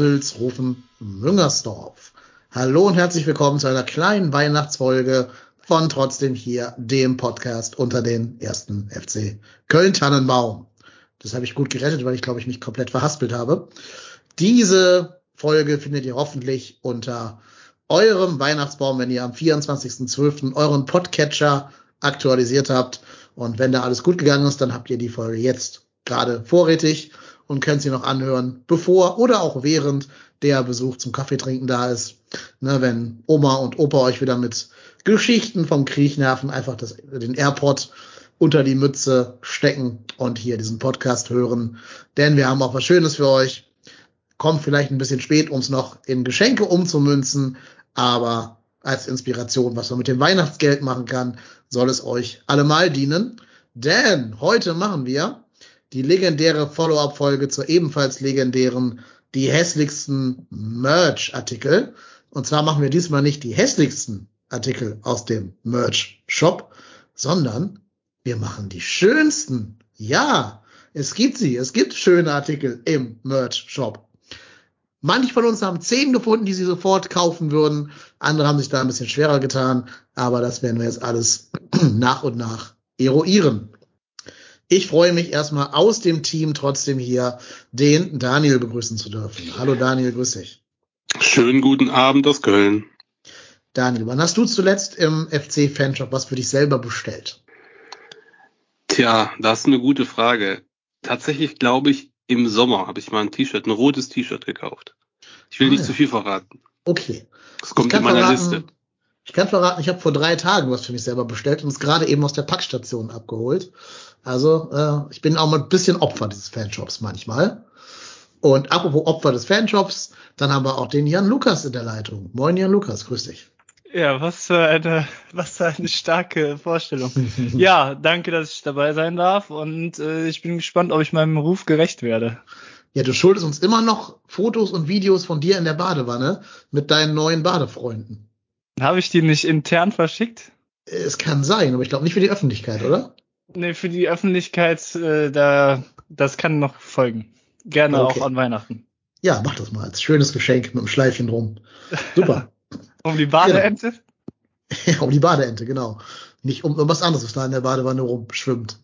Sülz-Rufen-Müngersdorf. Hallo und herzlich willkommen zu einer kleinen Weihnachtsfolge von Trotzdem hier, dem Podcast unter den ersten FC Köln-Tannenbaum. Das habe ich gut gerettet, weil ich glaube, ich mich komplett verhaspelt habe. Diese Folge findet ihr hoffentlich unter eurem Weihnachtsbaum, wenn ihr am 24.12. euren Podcatcher aktualisiert habt. Und wenn da alles gut gegangen ist, dann habt ihr die Folge jetzt gerade vorrätig und könnt sie noch anhören, bevor oder auch während der Besuch zum Kaffeetrinken da ist. Ne, wenn Oma und Opa euch wieder mit Geschichten vom Krieg nerven, einfach den AirPod unter die Mütze stecken und hier diesen Podcast hören. Denn wir haben auch was Schönes für euch. Kommt vielleicht ein bisschen spät, um es noch in Geschenke umzumünzen, aber als Inspiration, was man mit dem Weihnachtsgeld machen kann, soll es euch allemal dienen. Denn heute machen wir die legendäre Follow-up-Folge zur ebenfalls legendären die hässlichsten Merch-Artikel. Und zwar machen wir diesmal nicht die hässlichsten Artikel aus dem Merch-Shop, sondern wir machen die schönsten. Ja, es gibt schöne Artikel im Merch-Shop. Manche von uns haben 10 gefunden, die sie sofort kaufen würden. Andere haben sich da ein bisschen schwerer getan. Aber das werden wir jetzt alles nach und nach eruieren. Ich freue mich erstmal aus dem Team trotzdem hier den Daniel begrüßen zu dürfen. Hallo Daniel, grüß dich. Schönen guten Abend aus Köln. Daniel, wann hast du zuletzt im FC-Fanshop was für dich selber bestellt? Tja, das ist eine gute Frage. Tatsächlich glaube ich, im Sommer habe ich mal ein rotes T-Shirt gekauft. Ich will nicht zu viel verraten. Okay. Das kommt in meiner Liste. Ich kann verraten, ich habe vor 3 Tagen was für mich selber bestellt und es gerade eben aus der Packstation abgeholt. Also ich bin auch mal ein bisschen Opfer dieses Fanshops manchmal. Und apropos Opfer des Fanshops, dann haben wir auch den Jan Lukas in der Leitung. Moin Jan Lukas, grüß dich. Ja, was für eine starke Vorstellung. Ja, danke, dass ich dabei sein darf und ich bin gespannt, ob ich meinem Ruf gerecht werde. Ja, du schuldest uns immer noch Fotos und Videos von dir in der Badewanne mit deinen neuen Badefreunden. Habe ich die nicht intern verschickt? Es kann sein, aber ich glaube nicht für die Öffentlichkeit, oder? Nee, für die Öffentlichkeit, das kann noch folgen. Gerne okay. Auch an Weihnachten. Ja, mach das mal als schönes Geschenk mit einem Schleifchen drum. Super. Um die Badeente? Genau. Ja, um die Badeente, genau. Nicht um irgendwas anderes, was da in der Badewanne rumschwimmt.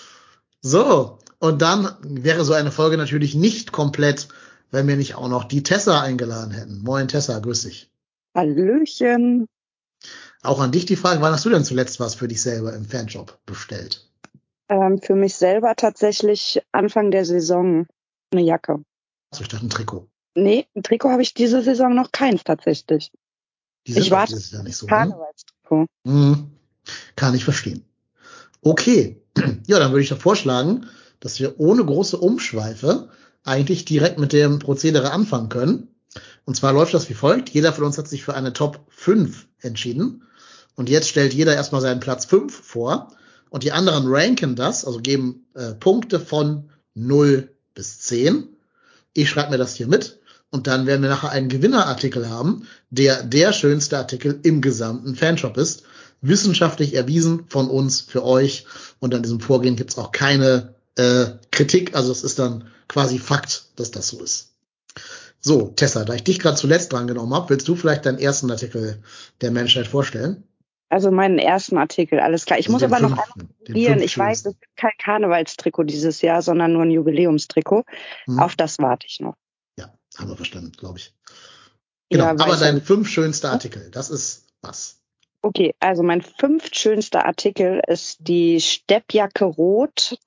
So, und dann wäre so eine Folge natürlich nicht komplett, wenn wir nicht auch noch die Tessa eingeladen hätten. Moin Tessa, grüß dich. Hallöchen. Auch an dich die Frage, wann hast du denn zuletzt was für dich selber im Fanshop bestellt? Für mich selber tatsächlich Anfang der Saison eine Jacke. Also ich dachte ein Trikot. Nee, ein Trikot habe ich diese Saison noch keins tatsächlich. Ich warte dieses Jahr nicht so. Karnevalstrikot. Kann ich verstehen. Okay, ja, dann würde ich doch vorschlagen, dass wir ohne große Umschweife eigentlich direkt mit dem Prozedere anfangen können. Und zwar läuft das wie folgt. Jeder von uns hat sich für eine Top 5 entschieden. Und jetzt stellt jeder erstmal seinen Platz 5 vor. Und die anderen ranken das, also geben Punkte von 0 bis 10. Ich schreibe mir das hier mit. Und dann werden wir nachher einen Gewinnerartikel haben, der schönste Artikel im gesamten Fanshop ist. Wissenschaftlich erwiesen von uns für euch. Und an diesem Vorgehen gibt es auch keine Kritik. Also es ist dann quasi Fakt, dass das so ist. So, Tessa, da ich dich gerade zuletzt dran genommen habe, willst du vielleicht deinen ersten Artikel der Menschheit vorstellen? Also meinen ersten Artikel, alles klar. Ich muss aber noch einmal probieren. Ich weiß, es gibt kein Karnevalstrikot dieses Jahr, sondern nur ein Jubiläumstrikot. Auf das warte ich noch. Ja, haben wir verstanden, glaube ich. Genau, ja, aber dein 5 schönster Artikel, das ist was? Okay, also mein 5 schönster Artikel ist die Steppjacke Rot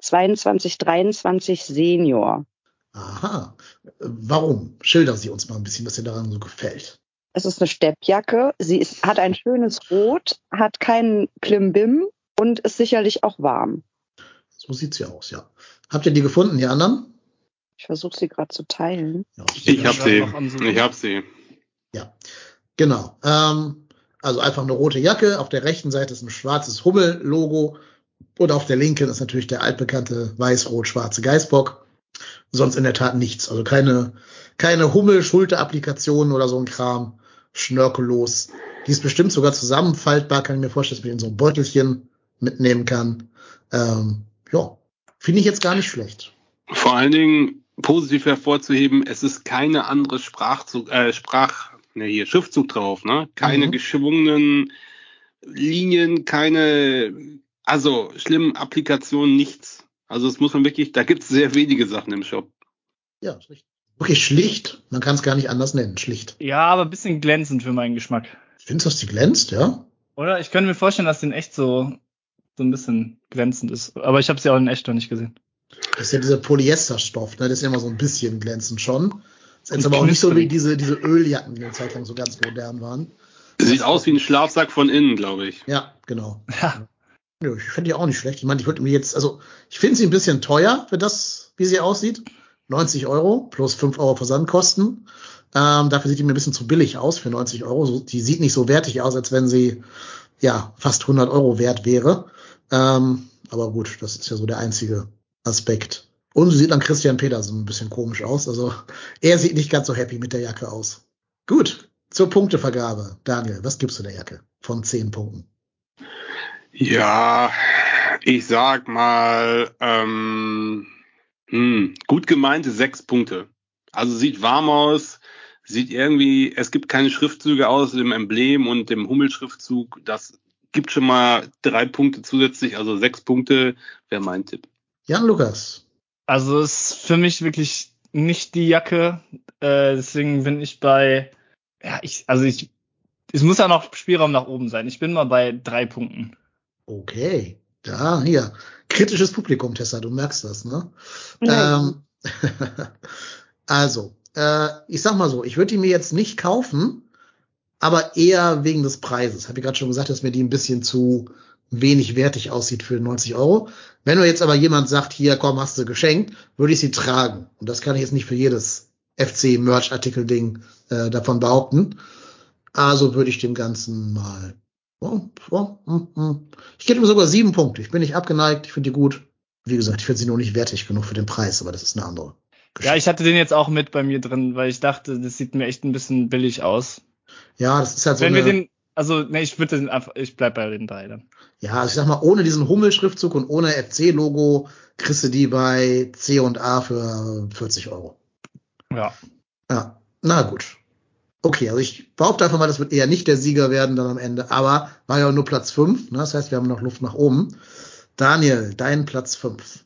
2223 Senior. Aha. Warum? Schilder Sie uns mal ein bisschen, was dir daran so gefällt. Es ist eine Steppjacke. Sie hat ein schönes Rot, hat keinen Klimbim und ist sicherlich auch warm. So sieht's ja aus, ja. Habt ihr die gefunden, die anderen? Ich versuche sie gerade zu teilen. Ja, ich hab sie. Ja, genau. Also einfach eine rote Jacke. Auf der rechten Seite ist ein schwarzes Hummel-Logo. Und auf der linken ist natürlich der altbekannte weiß-rot-schwarze Geißbock. Sonst in der Tat nichts. Also keine Hummel-Schulter-Applikationen oder so ein Kram. Schnörkellos. Die ist bestimmt sogar zusammenfaltbar, kann ich mir vorstellen, dass man in so ein Beutelchen mitnehmen kann. Ja, finde ich jetzt gar nicht schlecht. Vor allen Dingen positiv hervorzuheben, es ist keine andere Schriftzug drauf, ne? Keine geschwungenen Linien, also schlimmen Applikationen, nichts. Also das muss man wirklich, da gibt es sehr wenige Sachen im Shop. Ja, ist richtig. Wirklich schlicht. Man kann es gar nicht anders nennen. Schlicht. Ja, aber ein bisschen glänzend für meinen Geschmack. Findest du, dass die glänzt, ja? Oder? Ich könnte mir vorstellen, dass den echt so ein bisschen glänzend ist. Aber ich habe sie auch in echt noch nicht gesehen. Das ist ja dieser Polyesterstoff, ne? Das ist ja immer so ein bisschen glänzend schon. Das ist aber auch nicht so wie diese Öljacken, die eine Zeit lang so ganz modern waren. Sieht aus wie ein Schlafsack von innen, glaube ich. Ja, genau. Ja. Ja, ich finde die auch nicht schlecht. Ich meine, ich finde sie ein bisschen teuer für das, wie sie aussieht. 90 € plus 5 € Versandkosten. Dafür sieht die mir ein bisschen zu billig aus für 90 €. Die sieht nicht so wertig aus, als wenn sie ja fast 100 € wert wäre. Aber gut, das ist ja so der einzige Aspekt. Und sie sieht an Christian Petersen ein bisschen komisch aus. Also er sieht nicht ganz so happy mit der Jacke aus. Gut, zur Punktevergabe. Daniel, was gibst du der Jacke von 10 Punkten? Ja, ich sag mal, gut gemeinte 6 Punkte. Also sieht warm aus, sieht irgendwie, es gibt keine Schriftzüge außer dem Emblem und dem Hummel-Schriftzug. Das gibt schon mal 3 Punkte zusätzlich, also 6 Punkte wäre mein Tipp. Jan Lukas. Also ist für mich wirklich nicht die Jacke. Deswegen bin ich bei, es muss ja noch Spielraum nach oben sein. Ich bin mal bei 3 Punkten. Okay, hier. Kritisches Publikum, Tessa, du merkst das, ne? Also, ich sag mal so, ich würde die mir jetzt nicht kaufen, aber eher wegen des Preises. Habe ich gerade schon gesagt, dass mir die ein bisschen zu wenig wertig aussieht für 90 €. Wenn mir jetzt aber jemand sagt, hier, komm, hast du geschenkt, würde ich sie tragen. Und das kann ich jetzt nicht für jedes FC-Merch-Artikel-Ding davon behaupten. Also würde ich dem Ganzen mal ich gebe ihm sogar 7 Punkte. Ich bin nicht abgeneigt, ich finde die gut. Wie gesagt, ich finde sie nur nicht wertig genug für den Preis, aber das ist eine andere Geschichte. Ja, ich hatte den jetzt auch mit bei mir drin, weil ich dachte, das sieht mir echt ein bisschen billig aus. Ja, das ist halt so ich bleib bei den 3 dann. Ja, also ich sag mal, ohne diesen Hummel-Schriftzug und ohne FC-Logo kriegst du die bei C&A für 40 €. Ja. Ja, na gut. Okay, also ich behaupte einfach mal, das wird eher nicht der Sieger werden dann am Ende, aber war ja nur Platz 5, ne? Das heißt, wir haben noch Luft nach oben. Daniel, dein Platz 5.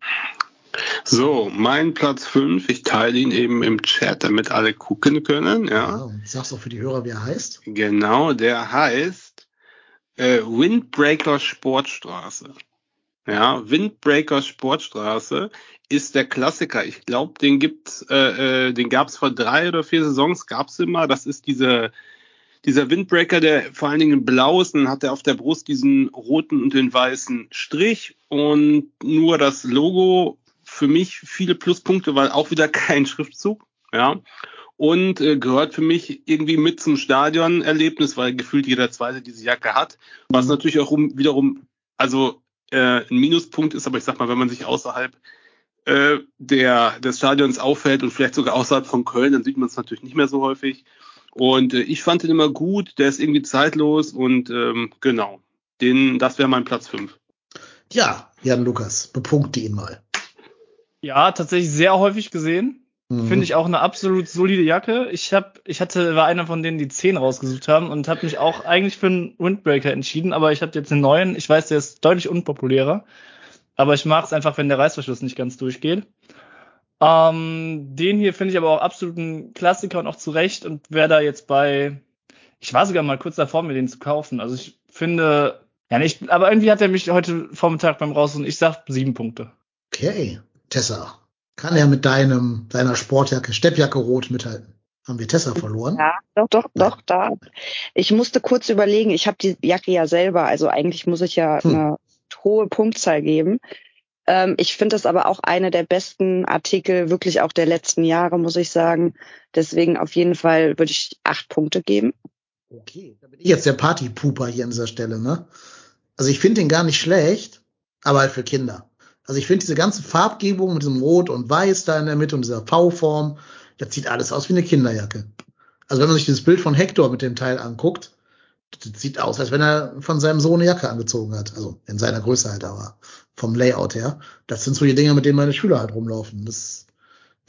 So, mein Platz 5, ich teile ihn eben im Chat, damit alle gucken können. Ja, und sag's auch für die Hörer, wie er heißt. Genau, der heißt Windbreaker Sportstraße. Ja, Windbreaker Sportstraße ist der Klassiker. Ich glaube, den gab's vor 3 oder 4 Saisons, gab's immer. Das ist dieser Windbreaker, der vor allen Dingen blau ist, und dann hat er auf der Brust diesen roten und den weißen Strich und nur das Logo. Für mich viele Pluspunkte, weil auch wieder kein Schriftzug, ja, und gehört für mich irgendwie mit zum Stadionerlebnis, weil gefühlt jeder Zweite diese Jacke hat, was natürlich auch wiederum, also ein Minuspunkt ist, aber ich sag mal, wenn man sich außerhalb des Stadions auffällt und vielleicht sogar außerhalb von Köln, dann sieht man es natürlich nicht mehr so häufig. Und ich fand den immer gut, der ist irgendwie zeitlos und genau, das wäre mein Platz 5. Ja, Jan Lukas, bepunkte ihn mal. Ja, tatsächlich sehr häufig gesehen. Finde ich auch eine absolut solide Jacke. War einer von denen, die 10 rausgesucht haben und habe mich auch eigentlich für einen Windbreaker entschieden, aber ich habe jetzt einen neuen. Ich weiß, der ist deutlich unpopulärer, aber ich mag es einfach, wenn der Reißverschluss nicht ganz durchgeht. Den hier finde ich aber auch absolut ein Klassiker und auch zu Recht und wäre da jetzt ich war sogar mal kurz davor, mir den zu kaufen. Also ich finde, aber irgendwie hat er mich heute Vormittag beim Raussuchen, ich sag 7 Punkte. Okay, Tessa. Kann er mit deiner Sportjacke, Steppjacke rot mithalten? Haben wir Tessa verloren? Ja, doch, da. Ich musste kurz überlegen, ich habe die Jacke ja selber, also eigentlich muss ich ja eine hohe Punktzahl geben. Ich finde das aber auch eine der besten Artikel, wirklich auch der letzten Jahre, muss ich sagen. Deswegen auf jeden Fall würde ich 8 Punkte geben. Okay, da bin ich jetzt der Partypooper hier an dieser Stelle, ne? Also ich finde den gar nicht schlecht, aber halt für Kinder. Also ich finde diese ganze Farbgebung mit diesem Rot und Weiß da in der Mitte und dieser V-Form, das sieht alles aus wie eine Kinderjacke. Also wenn man sich dieses Bild von Hector mit dem Teil anguckt, das sieht aus, als wenn er von seinem Sohn eine Jacke angezogen hat. Also in seiner Größe halt, aber vom Layout her. Das sind so die Dinge, mit denen meine Schüler halt rumlaufen.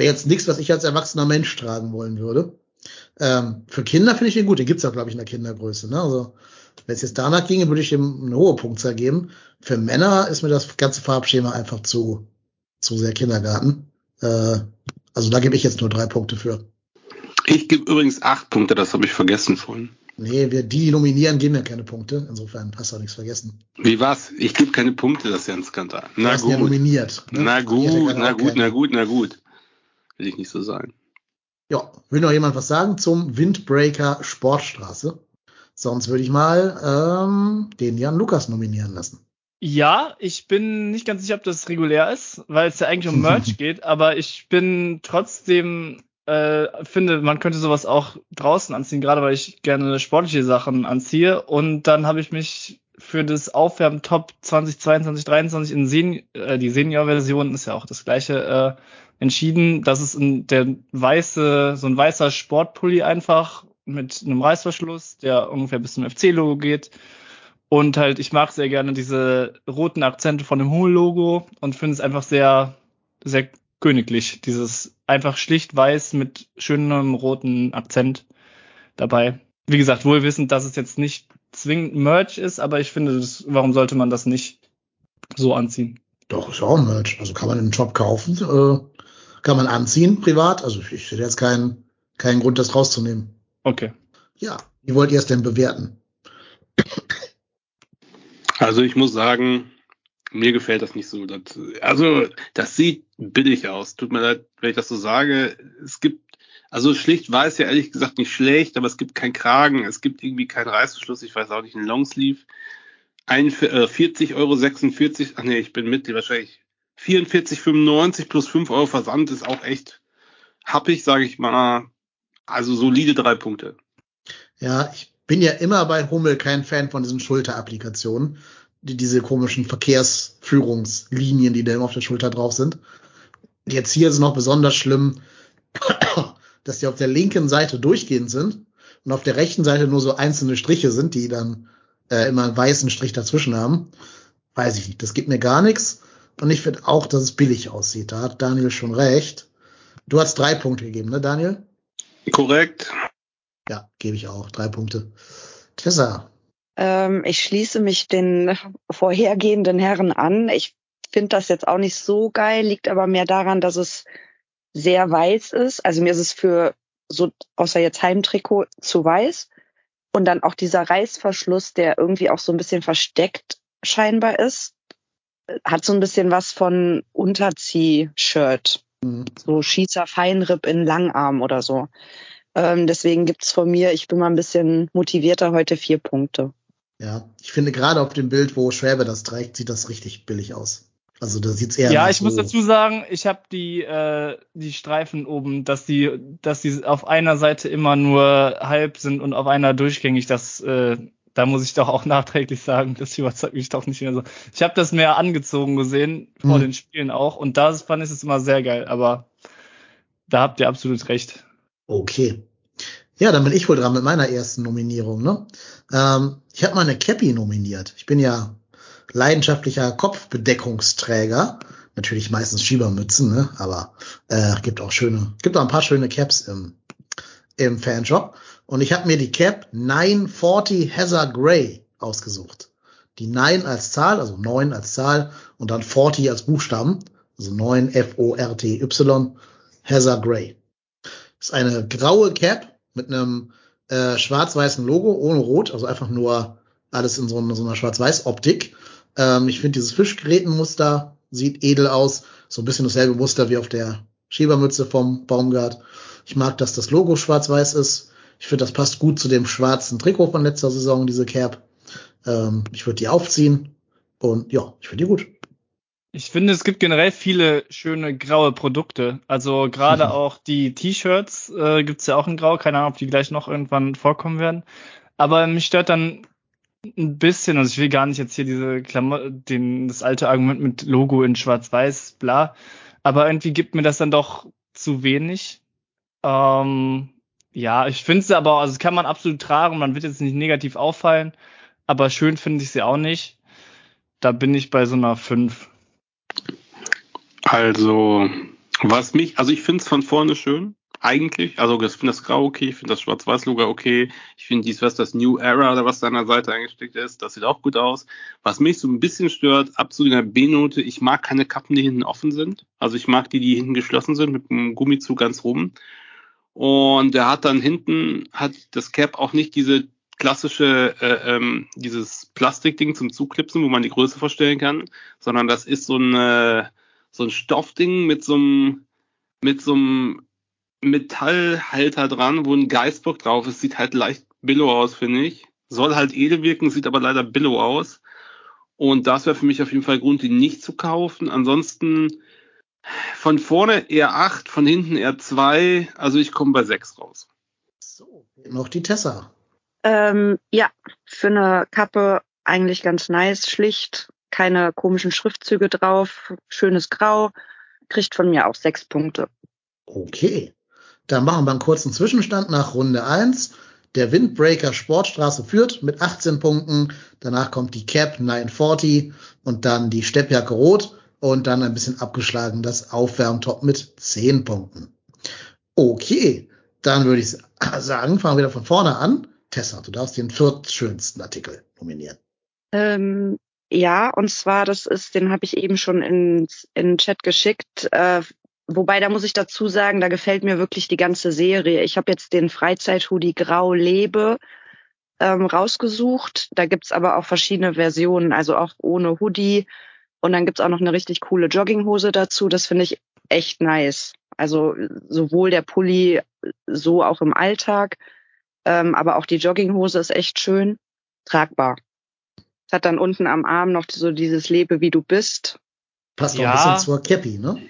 wäre jetzt nichts, was ich als erwachsener Mensch tragen wollen würde. Für Kinder finde ich den gut. Den gibt's auch, glaube ich, in der Kindergröße. Ne? Also, wenn es jetzt danach ginge, würde ich ihm eine hohe Punktzahl geben. Für Männer ist mir das ganze Farbschema einfach zu sehr Kindergarten. Also da gebe ich jetzt nur 3 Punkte für. Ich gebe übrigens 8 Punkte, das habe ich vergessen vorhin. Nee, die nominieren, geben ja keine Punkte. Insofern hast du auch nichts vergessen. Wie was? Ich gebe keine Punkte, das ist ja ein Skandal. Du hast ihn ja nominiert. Ne? Na gut. Will ich nicht so sagen. Ja, will noch jemand was sagen zum Windbreaker Sportstraße? Sonst würde ich mal den Jan Lukas nominieren lassen. Ja, ich bin nicht ganz sicher, ob das regulär ist, weil es ja eigentlich um Merch geht, aber ich bin trotzdem, finde, man könnte sowas auch draußen anziehen, gerade weil ich gerne sportliche Sachen anziehe. Und dann habe ich mich für das Aufwärmen Top 2022, 23 in die Senior-Version ist ja auch das gleiche, entschieden. Das ist so ein weißer Sportpulli einfach mit einem Reißverschluss, der ungefähr bis zum FC-Logo geht. Und halt, ich mag sehr gerne diese roten Akzente von dem Hummel-Logo und finde es einfach sehr, sehr königlich. Dieses einfach schlicht weiß mit schönem roten Akzent dabei. Wie gesagt, wohl wissend, dass es jetzt nicht zwingend Merch ist, aber ich finde, warum sollte man das nicht so anziehen? Doch, ist auch ein Merch. Also kann man im Shop kaufen, kann man anziehen, privat. Also ich sehe jetzt keinen Grund, das rauszunehmen. Okay. Ja, wie wollt ihr es denn bewerten? Also ich muss sagen, mir gefällt das nicht so. Das sieht billig aus. Tut mir leid, wenn ich das so sage. Also schlicht weiß ja ehrlich gesagt nicht schlecht, aber es gibt keinen Kragen, es gibt irgendwie keinen Reißverschluss, ich weiß auch nicht, einen Longsleeve. 40,46 €, ach nee, ich bin Mitglied, wahrscheinlich 44,95 plus 5 € Versand ist auch echt happig, sage ich mal. Also solide 3 Punkte. Ja, ich bin ja immer bei Hummel kein Fan von diesen Schulterapplikationen, diese komischen Verkehrsführungslinien, die da immer auf der Schulter drauf sind. Jetzt hier ist es noch besonders schlimm, dass die auf der linken Seite durchgehend sind und auf der rechten Seite nur so einzelne Striche sind, die dann immer einen weißen Strich dazwischen haben. Weiß ich nicht, das gibt mir gar nichts. Und ich finde auch, dass es billig aussieht. Da hat Daniel schon recht. Du hast 3 Punkte gegeben, ne, Daniel? Korrekt. Ja, gebe ich auch. 3 Punkte. Tessa. Ich schließe mich den vorhergehenden Herren an. Ich finde das jetzt auch nicht so geil, liegt aber mehr daran, dass es sehr weiß ist. Also mir ist es für so, außer jetzt Heimtrikot, zu weiß. Und dann auch dieser Reißverschluss, der irgendwie auch so ein bisschen versteckt scheinbar ist, hat so ein bisschen was von Unterzieh-Shirt. So Schießer Feinripp in Langarm oder so. Deswegen gibt's von mir, ich bin mal ein bisschen motivierter, heute 4 Punkte. Ja, ich finde gerade auf dem Bild, wo Schwäbe das trägt, sieht das richtig billig aus. Also da sieht's eher Ja, nach ich so. muss dazu sagen, ich habe die Streifen oben, dass die auf einer Seite immer nur halb sind und auf einer durchgängig. Da muss ich doch auch nachträglich sagen, das überzeugt mich doch nicht mehr so. Ich habe das mehr angezogen gesehen vor den Spielen auch und da fand ich es immer sehr geil. Aber da habt ihr absolut recht. Okay. Ja, dann bin ich wohl dran mit meiner ersten Nominierung, ne? Ich habe mal eine Cappy nominiert. Ich bin ja leidenschaftlicher Kopfbedeckungsträger. Natürlich meistens Schiebermützen, ne? Aber gibt auch ein paar schöne Caps im Fanshop. Und ich habe mir die Cap 940 Heather Gray ausgesucht. Die 9 als Zahl, also 9 als Zahl und dann 40 als Buchstaben. Also 9 F-O-R-T-Y Heather Gray. Das ist eine graue Cap mit einem schwarz-weißen Logo ohne Rot, also einfach nur alles in so einer Schwarz-Weiß-Optik. Ich finde dieses Fischgrätenmuster sieht edel aus, so ein bisschen dasselbe Muster wie auf der Schiebermütze vom Baumgart. Ich mag, dass das Logo schwarz-weiß ist. Ich finde, das passt gut zu dem schwarzen Trikot von letzter Saison, diese Cap. Ich würde die aufziehen und ja, ich finde die gut. Ich finde, es gibt generell viele schöne graue Produkte. Also gerade auch die T-Shirts gibt's ja auch in Grau. Keine Ahnung, ob die gleich noch irgendwann vorkommen werden. Aber mich stört dann ein bisschen, also ich will gar nicht jetzt hier das alte Argument mit Logo in Schwarz-Weiß, bla. Aber irgendwie gibt mir das dann doch zu wenig. Ja, ich finde sie aber, also kann man absolut tragen. Man wird jetzt nicht negativ auffallen. Aber schön finde ich sie auch nicht. Da bin ich bei so einer 5. Also Also ich finde es von vorne schön, eigentlich. Also ich finde das Grau okay, ich finde das Schwarz-Weiß-Logo okay. Ich finde das New Era oder was da an der Seite eingesteckt ist, das sieht auch gut aus. Was mich so ein bisschen stört, absolut in der B-Note, ich mag keine Kappen, die hinten offen sind. Also ich mag die hinten geschlossen sind, mit einem Gummizug ganz rum. Und der hat dann hinten, hat das Cap auch nicht diese klassische, dieses Plastikding zum Zuklipsen, wo man die Größe verstellen kann, sondern das ist so ein Stoffding mit so einem Metallhalter dran, wo ein Geißbock drauf ist. Sieht halt leicht billow aus, finde ich. Soll halt edel wirken, sieht aber leider billow aus. Und das wäre für mich auf jeden Fall Grund, die nicht zu kaufen. Ansonsten von vorne eher 8, von hinten eher 2. Also ich komme bei 6 raus. So, noch die Tessa. Ja, für eine Kappe eigentlich ganz nice, schlicht, keine komischen Schriftzüge drauf, schönes Grau, kriegt von mir auch 6 Punkte. Okay, dann machen wir einen kurzen Zwischenstand nach Runde 1. Der Windbreaker Sportstraße führt mit 18 Punkten. Danach kommt die Cap 940 und dann die Steppjacke Rot und dann ein bisschen abgeschlagen das Aufwärmtop mit 10 Punkten. Okay, dann würde ich sagen, fangen wir wieder von vorne an. Tessa, du darfst den viertschönsten Artikel nominieren. Ja, und zwar, den habe ich eben schon in den Chat geschickt. Wobei, da muss ich dazu sagen, da gefällt mir wirklich die ganze Serie. Ich habe jetzt den Freizeithoodie Grau Lebe rausgesucht. Da gibt's aber auch verschiedene Versionen, also auch ohne Hoodie. Und dann gibt's auch noch eine richtig coole Jogginghose dazu. Das finde ich echt nice. Also sowohl der Pulli, so auch im Alltag, aber auch die Jogginghose ist echt schön tragbar. Es hat dann unten am Arm noch so dieses Lebe wie du bist. Passt auch ein bisschen zur Cappy, ne?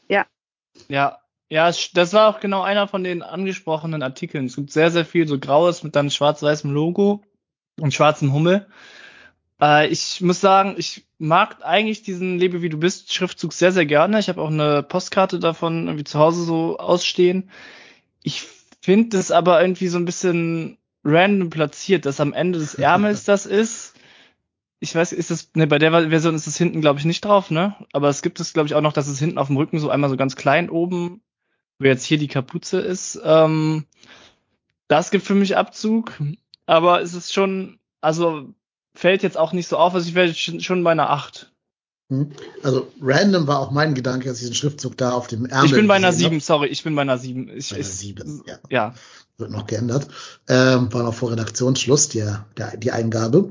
Ja, das war auch genau einer von den angesprochenen Artikeln. Es gibt sehr, sehr viel so Graues mit dann schwarz-weißem Logo und schwarzem Hummel. Ich muss sagen, ich mag eigentlich diesen Lebe wie du bist Schriftzug sehr, sehr gerne. Ich habe auch eine Postkarte davon irgendwie zu Hause so ausstehen. Ich finde es aber irgendwie so ein bisschen random platziert, dass am Ende des Ärmels das ist. Ich weiß, bei der Version ist es hinten, glaube ich, nicht drauf, ne? Aber es gibt es, glaube ich, auch noch, dass es hinten auf dem Rücken so einmal so ganz klein oben, wo jetzt hier die Kapuze ist. Das gibt für mich Abzug, aber es ist schon, also fällt jetzt auch nicht so auf, also ich wäre schon bei einer 8. Also random war auch mein Gedanke, als ich den Schriftzug da auf dem Ärmel Ich bin bei einer gesehen 7, hab. sorry, ich bin bei einer 7. Bei einer 7, ja. Ja. Wird noch geändert. War noch vor Redaktionsschluss die Eingabe.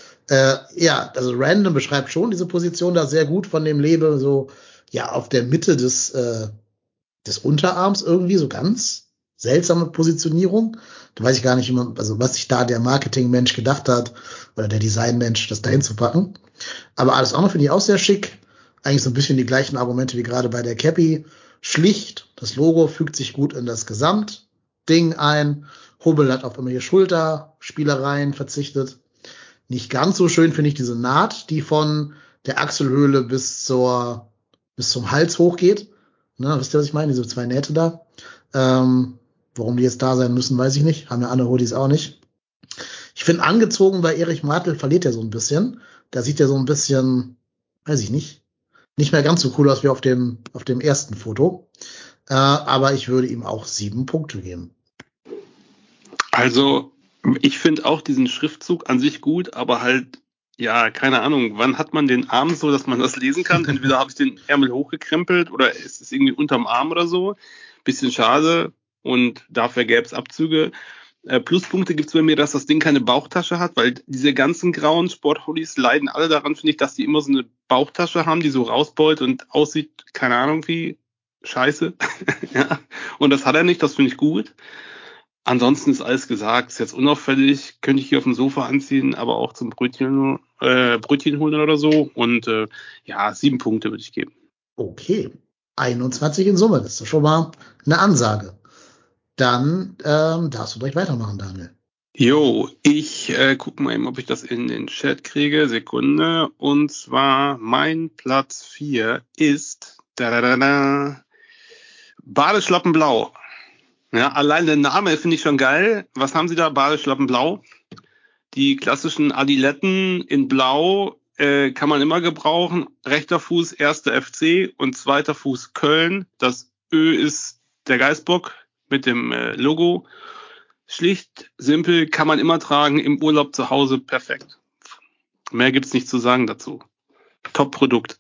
Ja, also random beschreibt schon diese Position da sehr gut von dem Lebe, so ja auf der Mitte des Unterarms irgendwie, so ganz seltsame Positionierung. Da weiß ich gar nicht, was sich da der Marketingmensch gedacht hat oder der Designmensch, das dahin zu packen. Aber alles andere finde ich auch sehr schick. Eigentlich so ein bisschen die gleichen Argumente wie gerade bei der Cappy. Schlicht, das Logo fügt sich gut in das Gesamtding ein. Hubbel hat auf irgendwelche Schulterspielereien verzichtet. Nicht ganz so schön finde ich diese Naht, die von der Achselhöhle bis zum Hals hochgeht. Ne, wisst ihr, was ich meine? Diese 2 Nähte da. Warum die jetzt da sein müssen, weiß ich nicht. Haben ja andere Hoodies auch nicht. Ich finde angezogen bei Erich Martel verliert er so ein bisschen. Da sieht er so ein bisschen, weiß ich nicht mehr ganz so cool aus wie auf dem ersten Foto. Aber ich würde ihm auch 7 Punkte geben. Also, ich finde auch diesen Schriftzug an sich gut, aber halt, ja, keine Ahnung, wann hat man den Arm so, dass man das lesen kann? Entweder habe ich den Ärmel hochgekrempelt oder ist es irgendwie unterm Arm oder so. Bisschen schade und dafür gäbe es Abzüge. Pluspunkte gibt es bei mir, dass das Ding keine Bauchtasche hat, weil diese ganzen grauen Sporthoodies leiden alle daran, finde ich, dass die immer so eine Bauchtasche haben, die so rausbeult und aussieht, keine Ahnung wie, scheiße. Ja. Und das hat er nicht, das finde ich gut. Ansonsten ist alles gesagt, ist jetzt unauffällig, könnte ich hier auf dem Sofa anziehen, aber auch zum Brötchen holen oder so. Und ja, 7 Punkte würde ich geben. Okay, 21 in Summe, das ist schon mal eine Ansage. Dann darfst du direkt weitermachen, Daniel. Jo, ich gucke mal eben, ob ich das in den Chat kriege. Sekunde. Und zwar mein Platz 4 ist Badeschlappenblau. Ja, allein der Name finde ich schon geil. Was haben Sie da? Badeschlappenblau. Die klassischen Adiletten in Blau, kann man immer gebrauchen. Rechter Fuß, 1. FC und 2. Fuß Köln. Das Ö ist der Geißbock mit dem Logo. Schlicht, simpel, kann man immer tragen, im Urlaub zu Hause, perfekt. Mehr gibt's nicht zu sagen dazu. Top-Produkt.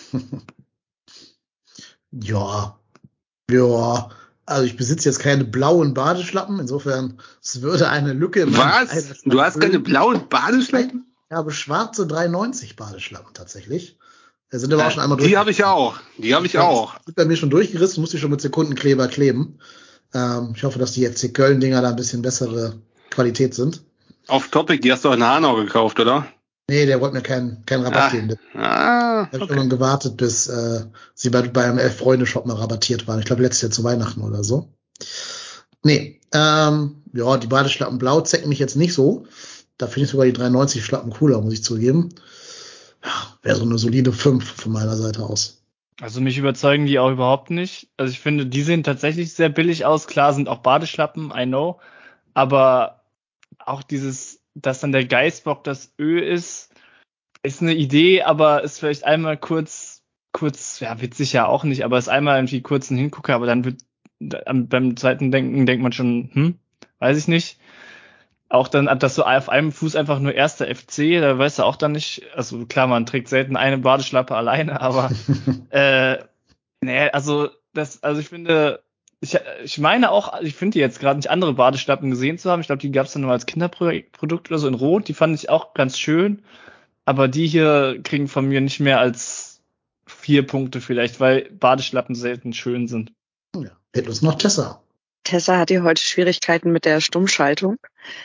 Ja, also ich besitze jetzt keine blauen Badeschlappen, insofern, es würde eine Lücke in meinem Was? Kleiderschrank Du hast keine füllen. blauen Badeschlappen? Ich habe schwarze 390 Badeschlappen tatsächlich. Da sind aber auch schon einmal Die habe ich auch. Die habe ich auch. Die sind bei mir schon durchgerissen, muss ich schon mit Sekundenkleber kleben. Ich hoffe, dass die FC Köln-Dinger da ein bisschen bessere Qualität sind. Auf Topic, die hast du auch in Hanau gekauft, oder? Nee, der wollte mir keinen Rabatt geben. Da habe ich irgendwann gewartet, bis sie beim Elf-Freunde-Shop mal rabattiert waren. Ich glaube, letztes Jahr zu Weihnachten oder so. Nee, ja, die Badeschlappen blau zecken mich jetzt nicht so. Da finde ich sogar die 390 Schlappen cooler, muss ich zugeben. Ja, wäre so eine solide 5 von meiner Seite aus. Also mich überzeugen die auch überhaupt nicht. Also ich finde, die sehen tatsächlich sehr billig aus. Klar sind auch Badeschlappen, I know. Aber auch dass dann der Geißbock das Ö ist eine Idee, aber ist vielleicht einmal kurz, ja, witzig ja auch nicht, aber ist einmal irgendwie kurz ein Hingucker, aber dann beim zweiten denkt man schon, weiß ich nicht. Auch dann, dass so auf einem Fuß einfach nur 1. FC, da weißt du auch dann nicht, also klar, man trägt selten eine Badeschlappe alleine, aber nee, also ich finde, ich meine auch, ich finde die jetzt gerade nicht andere Badeschlappen gesehen zu haben. Ich glaube, die gab es dann nur als Kinderprodukt oder so in Rot. Die fand ich auch ganz schön. Aber die hier kriegen von mir nicht mehr als 4 Punkte vielleicht, weil Badeschlappen selten schön sind. Ja, hätte uns noch Tessa. Tessa hat hier heute Schwierigkeiten mit der Stummschaltung.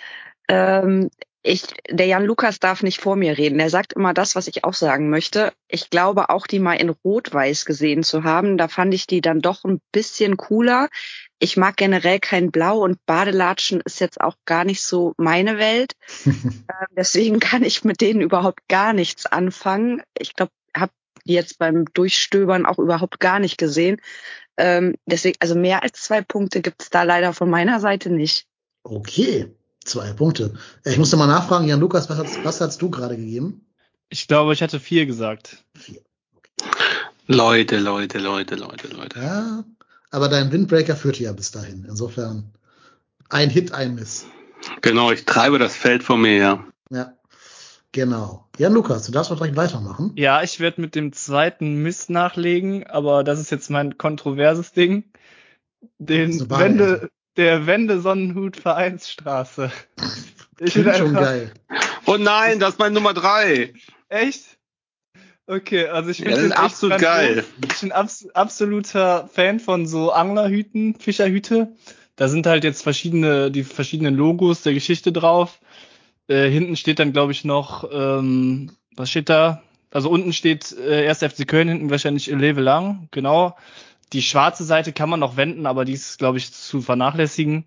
Der Jan Lukas darf nicht vor mir reden. Er sagt immer das, was ich auch sagen möchte. Ich glaube auch, die mal in Rot-Weiß gesehen zu haben. Da fand ich die dann doch ein bisschen cooler. Ich mag generell kein Blau und Badelatschen ist jetzt auch gar nicht so meine Welt. Deswegen kann ich mit denen überhaupt gar nichts anfangen. Ich glaube, habe die jetzt beim Durchstöbern auch überhaupt gar nicht gesehen. Deswegen, also mehr als 2 Punkte gibt's da leider von meiner Seite nicht. Okay, 2 Punkte. Ich musste mal nachfragen, Jan Lukas, was hast du gerade gegeben? Ich glaube, ich hatte 4 gesagt. 4. Okay. Leute. Ja, aber dein Windbreaker führte ja bis dahin. Insofern ein Hit, ein Miss. Genau, ich treibe das Feld vor mir her. Ja, genau. Jan Lukas, du darfst noch direkt weitermachen. Ja, ich werde mit dem zweiten Miss nachlegen, aber das ist jetzt mein kontroverses Ding. Der Wende-Sonnenhut Vereinsstraße. Ich finde schon geil. Oh nein, das ist mein Nummer 3. Echt? Okay, also ich finde das ist absolut geil. Ich bin absoluter Fan von so Anglerhüten, Fischerhüte. Da sind halt jetzt die verschiedenen Logos der Geschichte drauf. Hinten steht dann, glaube ich, noch, was steht da? Also unten steht 1. FC Köln, hinten wahrscheinlich Leve Lang, genau. Die schwarze Seite kann man noch wenden, aber die ist, glaube ich, zu vernachlässigen.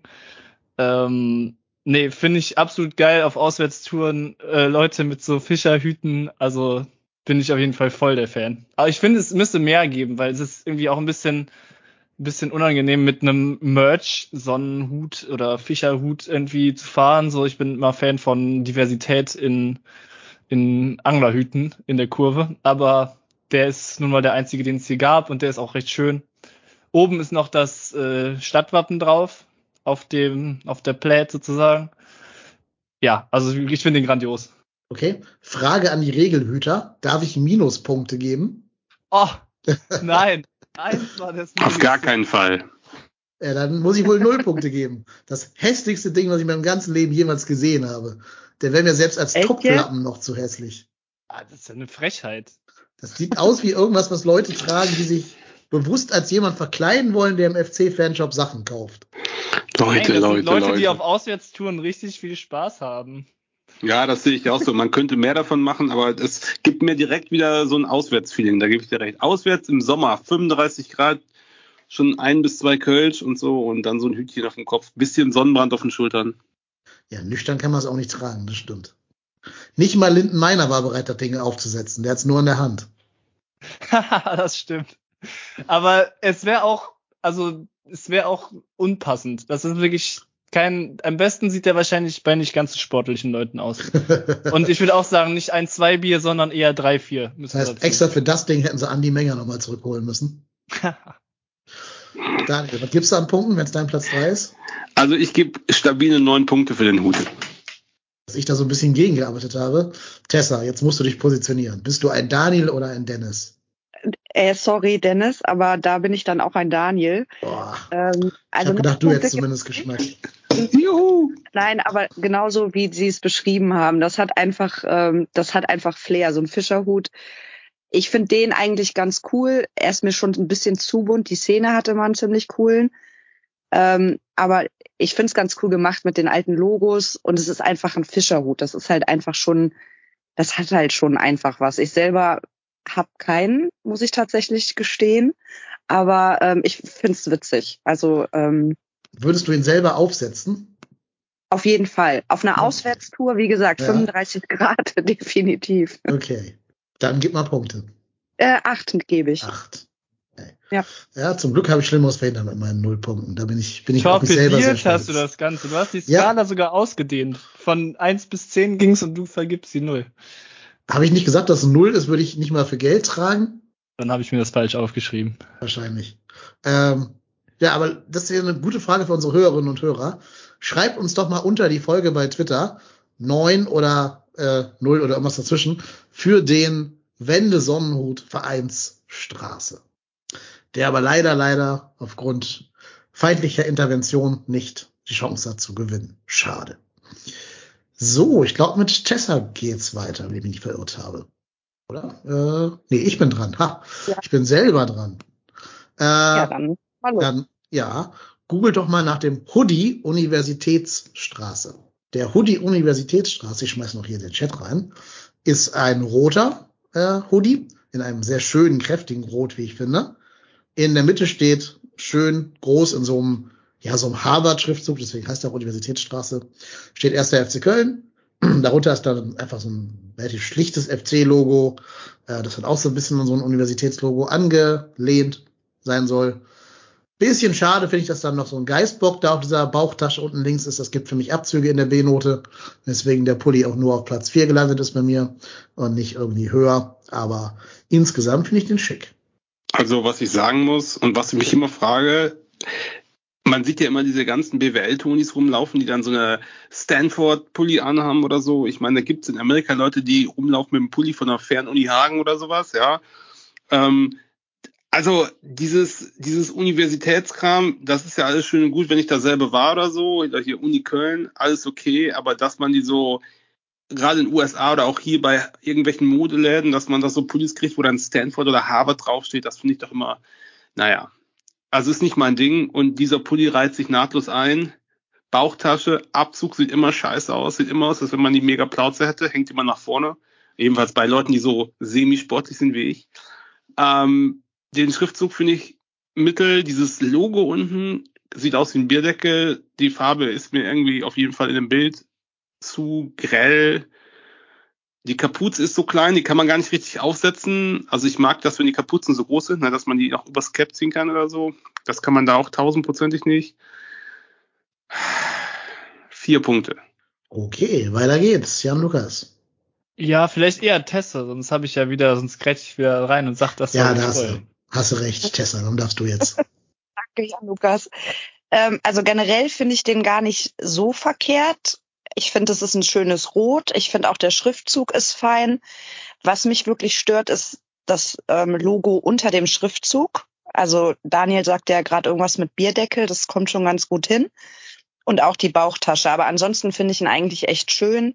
Nee, finde ich absolut geil auf Auswärtstouren, Leute mit so Fischerhüten, also bin ich auf jeden Fall voll der Fan. Aber ich finde, es müsste mehr geben, weil es ist irgendwie auch ein bisschen unangenehm mit einem Merch-Sonnenhut oder Fischerhut irgendwie zu fahren. So, ich bin immer Fan von Diversität in Anglerhüten in der Kurve, aber der ist nun mal der einzige, den es hier gab und der ist auch recht schön. Oben ist noch das Stadtwappen drauf, auf der Plate sozusagen. Ja, also ich finde den grandios. Okay, Frage an die Regelhüter. Darf ich Minuspunkte geben? Oh, nein. 1 war das Auf gar keinen Fall. Ja, dann muss ich wohl 0 Punkte geben. Das hässlichste Ding, was ich in meinem ganzen Leben jemals gesehen habe. Der wäre mir selbst als Topflappen noch zu hässlich. Ah, das ist ja eine Frechheit. Das sieht aus wie irgendwas, was Leute tragen, die sich bewusst als jemand verkleiden wollen, der im FC-Fanshop Sachen kauft. Leute, die auf Auswärtstouren richtig viel Spaß haben. Ja, das sehe ich auch so. Man könnte mehr davon machen, aber es gibt mir direkt wieder so ein Auswärtsfeeling. Da gebe ich dir recht. Auswärts im Sommer, 35 Grad, schon 1 bis 2 Kölsch und so und dann so ein Hütchen auf dem Kopf, bisschen Sonnenbrand auf den Schultern. Ja, nüchtern kann man es auch nicht tragen, das stimmt. Nicht mal Linden Meiner war bereit, das Ding aufzusetzen. Der hat es nur in der Hand. Das stimmt. Aber es wäre auch unpassend. Das ist wirklich am besten sieht der wahrscheinlich bei nicht ganz so sportlichen Leuten aus. Und ich würde auch sagen, nicht 1-2 Bier, sondern eher 3-4. Das heißt, extra für das Ding hätten sie Andi Menger nochmal zurückholen müssen. Daniel, was gibst du an Punkten, wenn es dein Platz 3 ist? Also ich gebe stabile 9 Punkte für den Hut. Dass ich da so ein bisschen gegengearbeitet habe. Tessa, jetzt musst du dich positionieren. Bist du ein Daniel oder ein Dennis? Sorry, Dennis, aber da bin ich dann auch ein Daniel. Boah. Also ich habe gedacht, du hättest zumindest Geschmack. Juhu! Nein, aber genauso wie Sie es beschrieben haben, das hat einfach Flair, so ein Fischerhut. Ich finde den eigentlich ganz cool. Er ist mir schon ein bisschen zu bunt. Die Szene hatte man ziemlich coolen. Aber ich finde es ganz cool gemacht mit den alten Logos und es ist einfach ein Fischerhut. Das ist halt einfach schon, das hat halt schon einfach was. Ich selber habe keinen, muss ich tatsächlich gestehen. Aber ich finde es witzig. Also würdest du ihn selber aufsetzen? Auf jeden Fall. Auf einer Auswärtstour, wie gesagt, 35 Grad definitiv. Okay, dann gib mal Punkte. 8 gebe ich. 8. Ja. Ja, zum Glück habe ich Schlimmeres verhindert mit meinen 0 Punkten. Da bin ich auch nicht selber sehr stolz. Hast du das Ganze. Du hast die Skala sogar ausgedehnt. Von 1 bis 10 ging's und du vergibst die 0. Habe ich nicht gesagt, dass es 0 ist, würde ich nicht mal für Geld tragen? Dann habe ich mir das falsch aufgeschrieben. Wahrscheinlich. Ja, aber das ist ja eine gute Frage für unsere Hörerinnen und Hörer. Schreibt uns doch mal unter die Folge bei Twitter 9 oder 0 oder irgendwas dazwischen für den Wende-Sonnenhut Vereinsstraße. Der aber leider aufgrund feindlicher Intervention nicht die Chance hat zu gewinnen. Schade. So, ich glaube, mit Tessa geht's weiter, wenn ich mich nicht verirrt habe. Oder? Nee, ich bin dran. Ja. Ich bin selber dran. Dann hallo. Dann, google doch mal nach dem Hoodie Universitätsstraße. Der Hoodie Universitätsstraße, ich schmeiß noch hier den Chat rein, ist ein roter Hoodie in einem sehr schönen, kräftigen Rot, wie ich finde. In der Mitte steht schön groß in so einem Harvard-Schriftzug, deswegen heißt der auch Universitätsstraße, steht 1. FC Köln. Darunter ist dann einfach so ein relativ schlichtes FC-Logo. Das hat auch so ein bisschen an so ein Universitätslogo angelehnt sein soll. Bisschen schade finde ich, dass dann noch so ein Geißbock da auf dieser Bauchtasche unten links ist. Das gibt für mich Abzüge in der B-Note. Deswegen der Pulli auch nur auf Platz 4 gelandet ist bei mir und nicht irgendwie höher. Aber insgesamt finde ich den schick. Also was ich sagen muss und was ich mich immer frage, man sieht ja immer diese ganzen BWL-Tonis rumlaufen, die dann so eine Stanford-Pulli anhaben oder so. Ich meine, da gibt es in Amerika Leute, die rumlaufen mit dem Pulli von der Fernuni Hagen oder sowas, ja. Also dieses Universitätskram, das ist ja alles schön und gut, wenn ich da selber war oder so, oder hier Uni Köln, alles okay, aber dass man die so, gerade in den USA oder auch hier bei irgendwelchen Modeläden, dass man da so Pullis kriegt, wo dann Stanford oder Harvard draufsteht, das finde ich doch immer, naja, also ist nicht mein Ding und dieser Pulli reiht sich nahtlos ein, Bauchtasche, Abzug sieht immer scheiße aus, sieht immer aus, als wenn man die mega Plauze hätte, hängt immer nach vorne, ebenfalls bei Leuten, die so semi-sportlich sind wie ich. Den Schriftzug finde ich mittel, dieses Logo unten sieht aus wie ein Bierdeckel, die Farbe ist mir irgendwie auf jeden Fall in dem Bild zu grell. Die Kapuze ist so klein, die kann man gar nicht richtig aufsetzen. Also ich mag das, wenn die Kapuzen so groß sind, dass man die auch übers Cap ziehen kann oder so. Das kann man da auch 1000%ig nicht. 4 Punkte. Okay, weiter geht's. Jan Lukas. Ja, vielleicht eher Tessa, sonst grätsch ich wieder rein und sag, das ja, war da toll. hast du recht, Tessa, dann darfst du jetzt. Danke, Jan Lukas. Also generell finde ich den gar nicht so verkehrt. Ich finde, es ist ein schönes Rot. Ich finde auch der Schriftzug ist fein. Was mich wirklich stört, ist das Logo unter dem Schriftzug. Also Daniel sagt ja gerade irgendwas mit Bierdeckel. Das kommt schon ganz gut hin. Und auch die Bauchtasche. Aber ansonsten finde ich ihn eigentlich echt schön.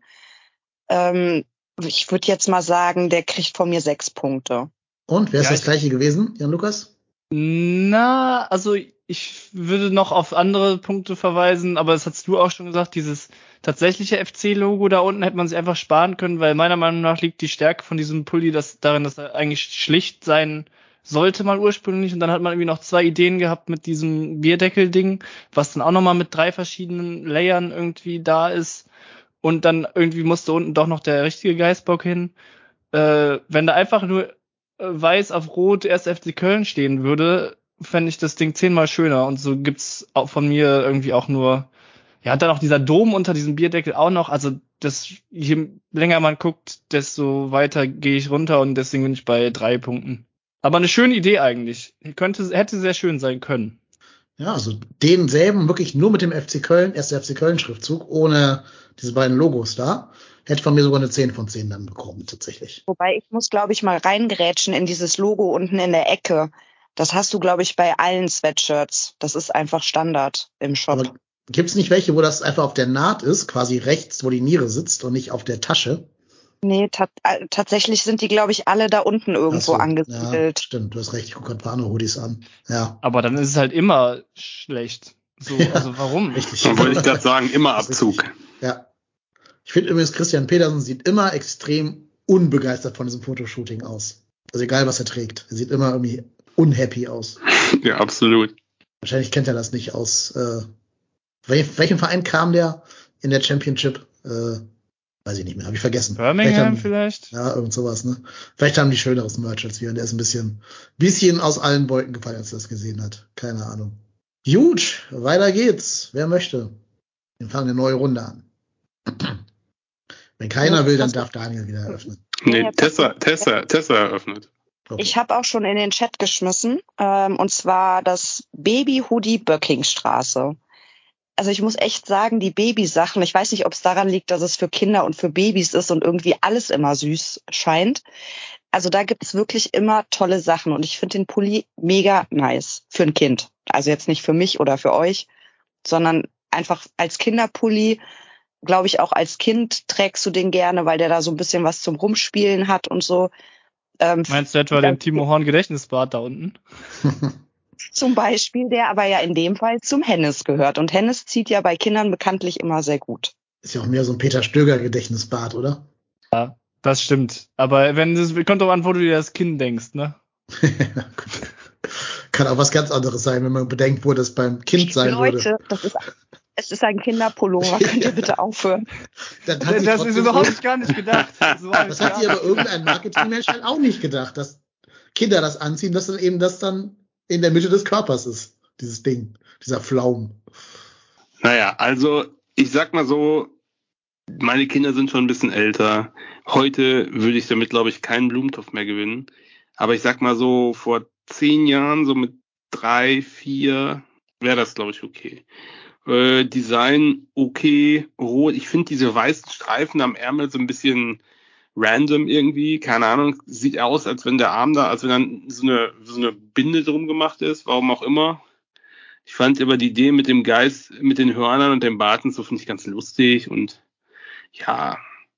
Ich würde jetzt mal sagen, der kriegt von mir 6 Punkte. Und, wer ist das gleiche gewesen, Jan Lukas? Na, also ich würde noch auf andere Punkte verweisen, aber das hast du auch schon gesagt, dieses tatsächliche FC-Logo da unten hätte man sich einfach sparen können, weil meiner Meinung nach liegt die Stärke von diesem Pulli darin, dass er eigentlich schlicht sein sollte mal ursprünglich und dann hat man irgendwie noch 2 Ideen gehabt mit diesem Bierdeckel-Ding, was dann auch nochmal mit 3 verschiedenen Layern irgendwie da ist und dann irgendwie musste unten doch noch der richtige Geißbock hin. Wenn da einfach nur weiß auf rot 1. FC Köln stehen würde, fände ich das Ding 10-mal schöner und so gibt's auch von mir irgendwie auch nur Ja, und dann auch dieser Dom unter diesem Bierdeckel auch noch. Also je länger man guckt, desto weiter gehe ich runter und deswegen bin ich bei 3 Punkten. Aber eine schöne Idee eigentlich. Hätte sehr schön sein können. Ja, also denselben wirklich nur mit dem FC Köln, erst der FC Köln Schriftzug, ohne diese beiden Logos da. Hätte von mir sogar eine 10 von 10 dann bekommen, tatsächlich. Wobei ich muss, glaube ich, mal reingrätschen in dieses Logo unten in der Ecke. Das hast du, glaube ich, bei allen Sweatshirts. Das ist einfach Standard im Shop. Aber gibt's nicht welche, wo das einfach auf der Naht ist, quasi rechts, wo die Niere sitzt und nicht auf der Tasche? Nee, tatsächlich sind die, glaube ich, alle da unten irgendwo Ja, angesiedelt. stimmt, du hast recht, ich gucke gerade ein paar andere Hoodies an. Ja. Aber dann ist es halt immer schlecht. So, Ja, also warum? richtig. Dann wollte ich gerade sagen, immer Abzug. Ja. Ich finde übrigens, Christian Pedersen sieht immer extrem unbegeistert von diesem Fotoshooting aus. Also egal, was er trägt. Er sieht immer irgendwie unhappy aus. Ja, absolut. Wahrscheinlich kennt er das nicht aus. Welchem Verein kam der in der Championship? Weiß ich nicht mehr, habe ich vergessen. Birmingham vielleicht? Ja, irgend sowas, ne? Vielleicht haben die schöneres Merch als wir und der ist ein bisschen aus allen Wolken gefallen, als er das gesehen hat. Keine Ahnung. Gut, weiter geht's. Wer möchte? Wir fangen eine neue Runde an. Wenn keiner will, dann darf Daniel wieder eröffnen. Nee, Tessa eröffnet. Okay. Ich habe auch schon in den Chat geschmissen, und zwar das Baby-Hoodie Böckingstraße. Also ich muss echt sagen, die Babysachen, ich weiß nicht, ob es daran liegt, dass es für Kinder und für Babys ist und irgendwie alles immer süß scheint. Also da gibt's wirklich immer tolle Sachen und ich finde den Pulli mega nice für ein Kind. Also jetzt nicht für mich oder für euch, sondern einfach als Kinderpulli. Glaube ich, auch als Kind trägst du den gerne, weil der da so ein bisschen was zum Rumspielen hat und so. Meinst du etwa den Timo Horn Gedächtnisbart da unten? Zum Beispiel, der aber ja in dem Fall zum Hennes gehört. Und Hennes zieht ja bei Kindern bekanntlich immer sehr gut. Ist ja auch mehr so ein Peter Stöger Gedächtnisbart, oder? Ja, das stimmt. Aber kommt doch an, wo du dir das Kind denkst, ne? Kann auch was ganz anderes sein, wenn man bedenkt, wo das beim Kind sein würde. Leute, es ist ein Kinderpullover. Könnt ihr bitte aufhören? Das ist überhaupt gar nicht gedacht. Das hat sich aber irgendein Marketingmensch halt auch nicht gedacht, dass Kinder das anziehen, dass dann eben das dann in der Mitte des Körpers ist, dieses Ding, dieser Flaum. Naja, also ich sag mal so, meine Kinder sind schon ein bisschen älter. Heute würde ich damit, glaube ich, keinen Blumentopf mehr gewinnen. Aber ich sag mal so, vor 10 Jahren, so mit 3, 4, wäre das, glaube ich, okay. Design okay, rot. Ich finde diese weißen Streifen am Ärmel so ein bisschen random irgendwie. Keine Ahnung. Sieht aus, als wenn der Arm da, als wenn dann so eine Binde drum gemacht ist. Warum auch immer. Ich fand aber die Idee mit dem Geist, mit den Hörnern und dem Bart und so finde ich ganz lustig und ja,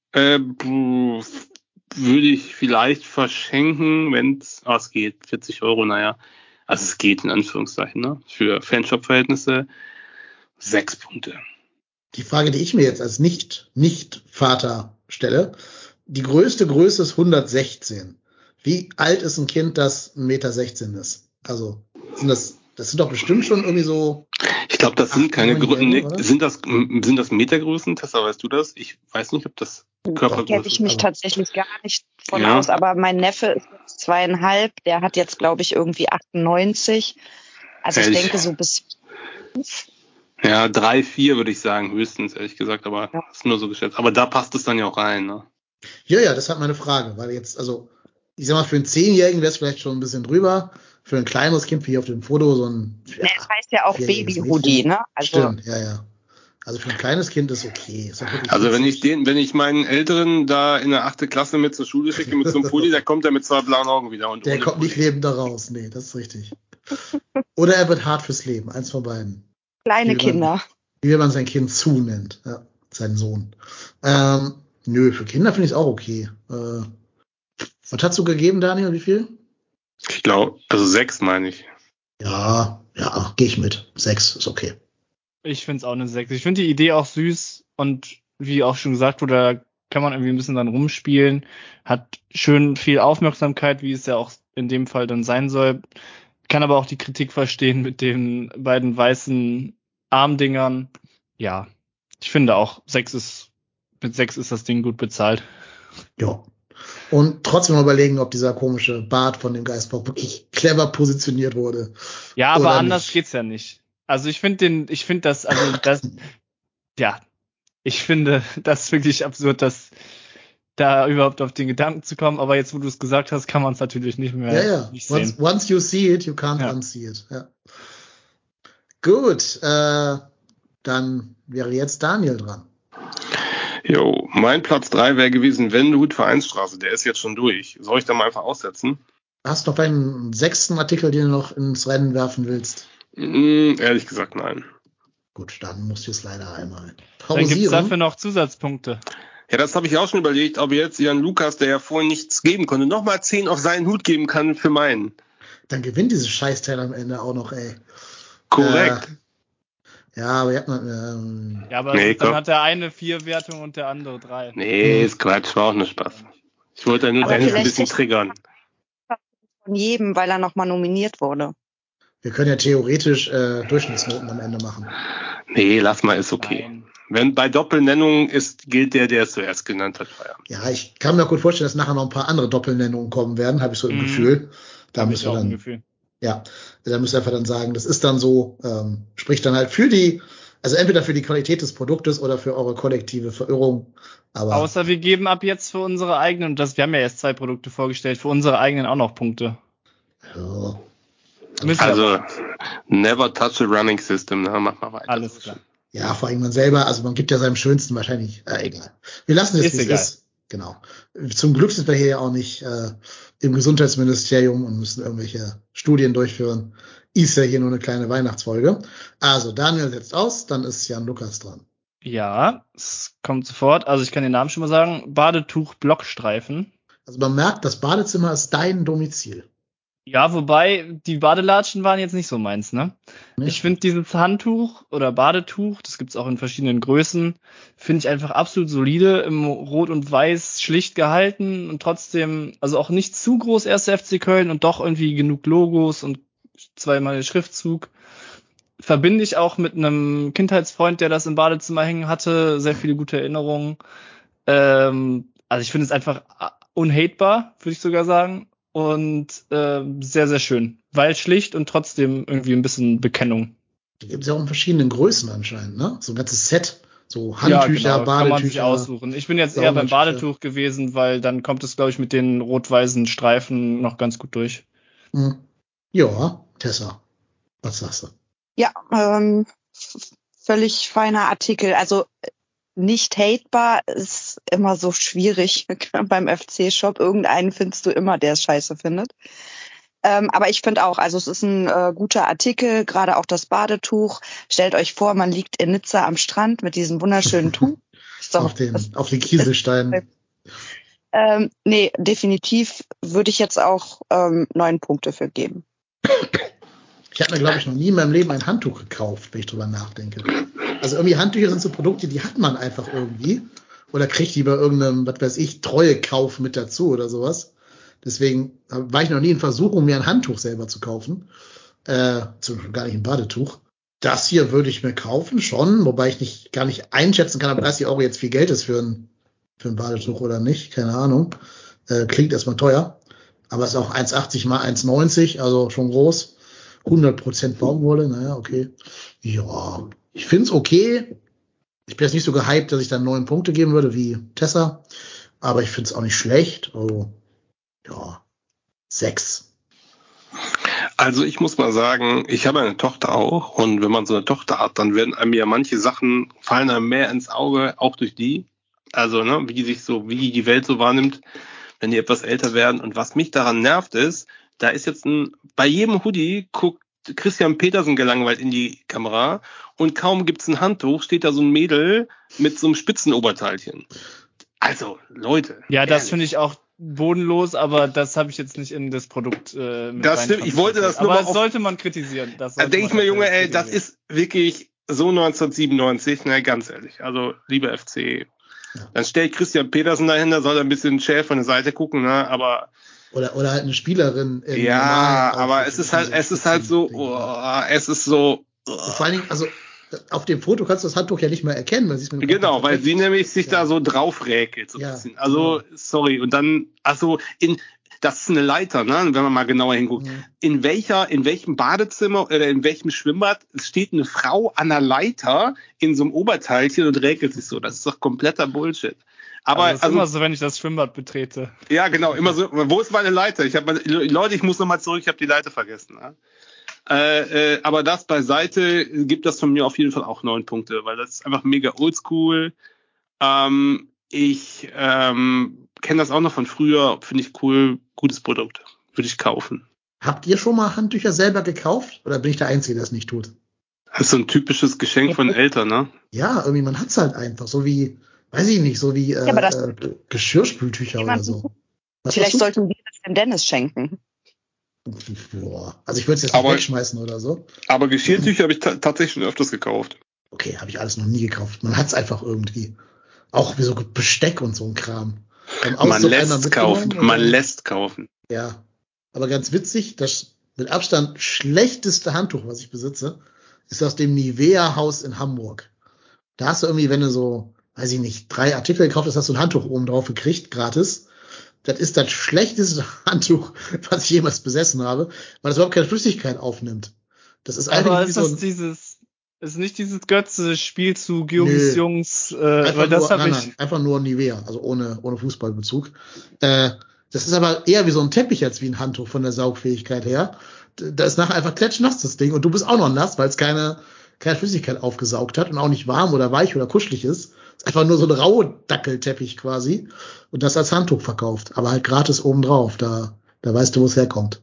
würde ich vielleicht verschenken, wenn es geht. 40 €, naja. Also es geht in Anführungszeichen, ne? Für Fanshop-Verhältnisse 6 Punkte. Die Frage, die ich mir jetzt als Nicht-Vater stelle, die größte Größe ist 116. Wie alt ist ein Kind, das 1,16 Meter ist? Also das sind doch bestimmt schon irgendwie so. Ich glaube, das sind keine Größen. Sind das Metergrößen, Tessa, weißt du das? Ich weiß nicht, ob das Körpergrößen Da kenne ich mich tatsächlich gar nicht von aus, aber mein Neffe ist jetzt 2,5, der hat jetzt, glaube ich, irgendwie 98. Also ich denke so bis 5. Ja, 3, 4 würde ich sagen, höchstens, ehrlich gesagt, aber das ist nur so geschätzt. Aber da passt es dann ja auch rein, ne? Ja, das hat meine Frage, weil jetzt, also, ich sag mal, für einen 10-Jährigen wäre es vielleicht schon ein bisschen drüber. Für ein kleineres Kind, wie hier auf dem Foto, so ein. Ja, das heißt ja auch Baby-Hoodie, ne? Also, stimmt, ja. Also für ein kleines Kind ist okay. Ist also wenn ich meinen Älteren da in der 8. Klasse mit zur Schule schicke, mit so einem Pulli, der kommt ja mit 2 blauen Augen wieder. Und der kommt nicht lebend da raus, nee, das ist richtig. Oder er wird hart fürs Leben, eins von beiden. Kleine Kinder. Wie man sein Kind nennt, ja, seinen Sohn. Nö, für Kinder finde ich es auch okay. Was hast du gegeben, Daniel, wie viel? Ich glaube, also 6 meine ich. Ja, gehe ich mit. 6 ist okay. Ich finde es auch eine 6. Ich finde die Idee auch süß und wie auch schon gesagt wurde, da kann man irgendwie ein bisschen dann rumspielen. Hat schön viel Aufmerksamkeit, wie es ja auch in dem Fall dann sein soll. Kann aber auch die Kritik verstehen mit den beiden weißen Armdingern. Ja, ich finde auch, mit 6 ist das Ding gut bezahlt. Ja. Und trotzdem mal überlegen, ob dieser komische Bart von dem Geistbock wirklich clever positioniert wurde. Ja, aber anders geht's ja nicht. Also ich finde Ja, ich finde das wirklich absurd, dass da überhaupt auf den Gedanken zu kommen. Aber jetzt, wo du es gesagt hast, kann man es natürlich nicht mehr nicht sehen. Once you see it, you can't unsee it. Ja. Gut, dann wäre jetzt Daniel dran. Jo, mein Platz 3 wäre gewesen Wendelhut Vereinsstraße. Der ist jetzt schon durch. Soll ich da mal einfach aussetzen? Hast du noch einen 6. Artikel, den du noch ins Rennen werfen willst? Ehrlich gesagt, nein. Gut, dann musst du es leider einmal pausieren. Dann gibt es dafür noch Zusatzpunkte. Ja, das habe ich auch schon überlegt, ob jetzt Jan Lukas, der ja vorhin nichts geben konnte, nochmal 10 auf seinen Hut geben kann für meinen. Dann gewinnt dieses Scheißteil am Ende auch noch, ey. Korrekt. Ja, aber dann hat der eine 4 Wertungen und der andere 3. Nee, ist Quatsch, war auch nur Spaß. Ich wollte nur Dennis ein bisschen triggern. Von jedem, weil er nochmal nominiert wurde. Wir können ja theoretisch Durchschnittsnoten am Ende machen. Nee, lass mal, ist okay. Nein. Wenn bei Doppelnennungen gilt der es zuerst genannt hat. Ja, ich kann mir gut vorstellen, dass nachher noch ein paar andere Doppelnennungen kommen werden, habe ich so im Gefühl. Da müssen wir dann, da müssen wir einfach dann sagen, das ist dann so, spricht dann halt also entweder für die Qualität des Produktes oder für eure kollektive Verirrung. Aber außer wir geben ab jetzt für unsere eigenen, wir haben ja erst 2 Produkte vorgestellt, für unsere eigenen auch noch Punkte. Ja. Also, never touch a running system, ne? Mach mal weiter. Alles klar. Ja, vor allem man selber, also man gibt ja seinem Schönsten wahrscheinlich, egal. Wir lassen es, wie es ist. Genau. Zum Glück sind wir hier ja auch nicht im Gesundheitsministerium und müssen irgendwelche Studien durchführen. Ist ja hier nur eine kleine Weihnachtsfolge. Also Daniel setzt aus, dann ist Jan Lukas dran. Ja, es kommt sofort. Also ich kann den Namen schon mal sagen. Badetuch Blockstreifen. Also man merkt, das Badezimmer ist dein Domizil. Ja, wobei die Badelatschen waren jetzt nicht so meins, ne? Ja. Ich finde dieses Handtuch oder Badetuch, das gibt's auch in verschiedenen Größen, finde ich einfach absolut solide, im Rot und Weiß schlicht gehalten und trotzdem, also auch nicht zu groß 1. FC Köln und doch irgendwie genug Logos und zweimal Schriftzug. Verbinde ich auch mit einem Kindheitsfreund, der das im Badezimmer hängen hatte, sehr viele gute Erinnerungen. Also ich finde es einfach unhatebar, würde ich sogar sagen. Und sehr, sehr schön. Weil schlicht und trotzdem irgendwie ein bisschen Bekennung. Die gibt es ja auch in verschiedenen Größen anscheinend, ne? So ein ganzes Set, so Handtücher, ja, genau, Badetücher. Kann man sich aussuchen. Ich bin jetzt eher beim Badetuch gewesen, weil dann kommt es, glaube ich, mit den rot-weißen Streifen noch ganz gut durch. Ja, Tessa, was sagst du? Ja, völlig feiner Artikel. Also nicht hatebar ist immer so schwierig beim FC-Shop. Irgendeinen findest du immer, der es scheiße findet. Aber ich finde auch, also es ist ein guter Artikel, gerade auch das Badetuch. Stellt euch vor, man liegt in Nizza am Strand mit diesem wunderschönen Tuch. Auf den Kieselsteinen. Nee, definitiv würde ich jetzt auch 9 Punkte für geben. Ich habe mir, glaube ich, noch nie in meinem Leben ein Handtuch gekauft, wenn ich drüber nachdenke. Also irgendwie Handtücher sind so Produkte, die hat man einfach irgendwie. Oder kriegt die bei irgendeinem, was weiß ich, Treuekauf mit dazu oder sowas. Deswegen war ich noch nie in Versuchung, mir ein Handtuch selber zu kaufen. Gar nicht ein Badetuch. Das hier würde ich mir kaufen, schon. Wobei ich gar nicht einschätzen kann, ob 30 € jetzt viel Geld ist für ein Badetuch oder nicht. Keine Ahnung. Klingt erstmal teuer. Aber ist auch 1,80 mal 1,90, also schon groß. 100% Baumwolle, naja, okay. Ja, ich find's okay. Ich bin jetzt nicht so gehypt, dass ich dann 9 Punkte geben würde wie Tessa. Aber ich find's auch nicht schlecht. Also, ja, 6. Also ich muss mal sagen, ich habe eine Tochter auch. Und wenn man so eine Tochter hat, dann werden einem ja manche Sachen, fallen einem mehr ins Auge, auch durch die. Also, ne, wie die Welt so wahrnimmt, wenn die etwas älter werden. Und was mich daran nervt ist, da ist jetzt bei jedem Hoodie guckt Christian Petersen gelangweilt in die Kamera und kaum gibt's ein Handtuch, steht da so ein Mädel mit so einem Spitzenoberteilchen. Also, Leute. Ja, das finde ich auch bodenlos, aber das habe ich jetzt nicht in das Produkt mit das stimmt, ich wollte das nur aber das sollte man kritisieren. Da denke ich mir, Junge, ey, das ist wirklich so 1997, ne, ganz ehrlich. Also, lieber FC, dann stellt Christian Petersen dahinter, soll ein bisschen schäf von der Seite gucken, ne, aber oder halt eine Spielerin. Ja, aber es ist halt so. Vor allen Dingen, also auf dem Foto kannst du das Handtuch ja nicht mehr erkennen. Genau, weil sie nämlich sich da so drauf räkelt. So ein bisschen. Also, sorry. Und dann, das ist eine Leiter, ne? Wenn man mal genauer hinguckt. Mhm. In welchem Badezimmer oder in welchem Schwimmbad steht eine Frau an einer Leiter in so einem Oberteilchen und regelt sich so? Das ist doch kompletter Bullshit. Aber das ist immer so, wenn ich das Schwimmbad betrete. ja, genau, immer so. Wo ist meine Leiter? Leute, ich muss nochmal zurück, ich habe die Leiter vergessen. Ne? Aber das beiseite gibt das von mir auf jeden Fall auch 9 Punkte, weil das ist einfach mega oldschool. Ich kenne das auch noch von früher, finde ich cool, gutes Produkt, würde ich kaufen. Habt ihr schon mal Handtücher selber gekauft? Oder bin ich der Einzige, der es nicht tut? Das ist so ein typisches Geschenk von Eltern, ne? Ja, irgendwie, man hat's halt einfach. So wie, weiß ich nicht, so wie aber das Geschirrspültücher oder so. Was vielleicht sagst du? sollten wir das dem Dennis schenken. Boah. Also ich würde es jetzt nicht wegschmeißen oder so. Aber Geschirrtücher habe ich tatsächlich schon öfters gekauft. Okay, habe ich alles noch nie gekauft. Man hat's einfach irgendwie. Auch wie so Besteck und so ein Kram. Man lässt kaufen. Ja. Aber ganz witzig, das mit Abstand schlechteste Handtuch, was ich besitze, ist aus dem Nivea-Haus in Hamburg. Da hast du irgendwie, wenn du so, weiß ich nicht, 3 Artikel gekauft hast, hast du ein Handtuch oben drauf gekriegt, gratis. Das ist das schlechteste Handtuch, was ich jemals besessen habe, weil es überhaupt keine Flüssigkeit aufnimmt. Das ist einfach Aber wie ist so das ist nicht dieses Götze-Spielzug, Jungs, weil das habe ich. Einfach nur Nivea, also ohne Fußballbezug. Das ist aber eher wie so ein Teppich als wie ein Handtuch von der Saugfähigkeit her. Da ist nachher einfach klatschnass das Ding und du bist auch noch nass, weil es keine Flüssigkeit aufgesaugt hat und auch nicht warm oder weich oder kuschelig ist. Ist einfach nur so ein Rauhdackelteppich quasi und das als Handtuch verkauft, aber halt gratis obendrauf. Da weißt du, wo es herkommt.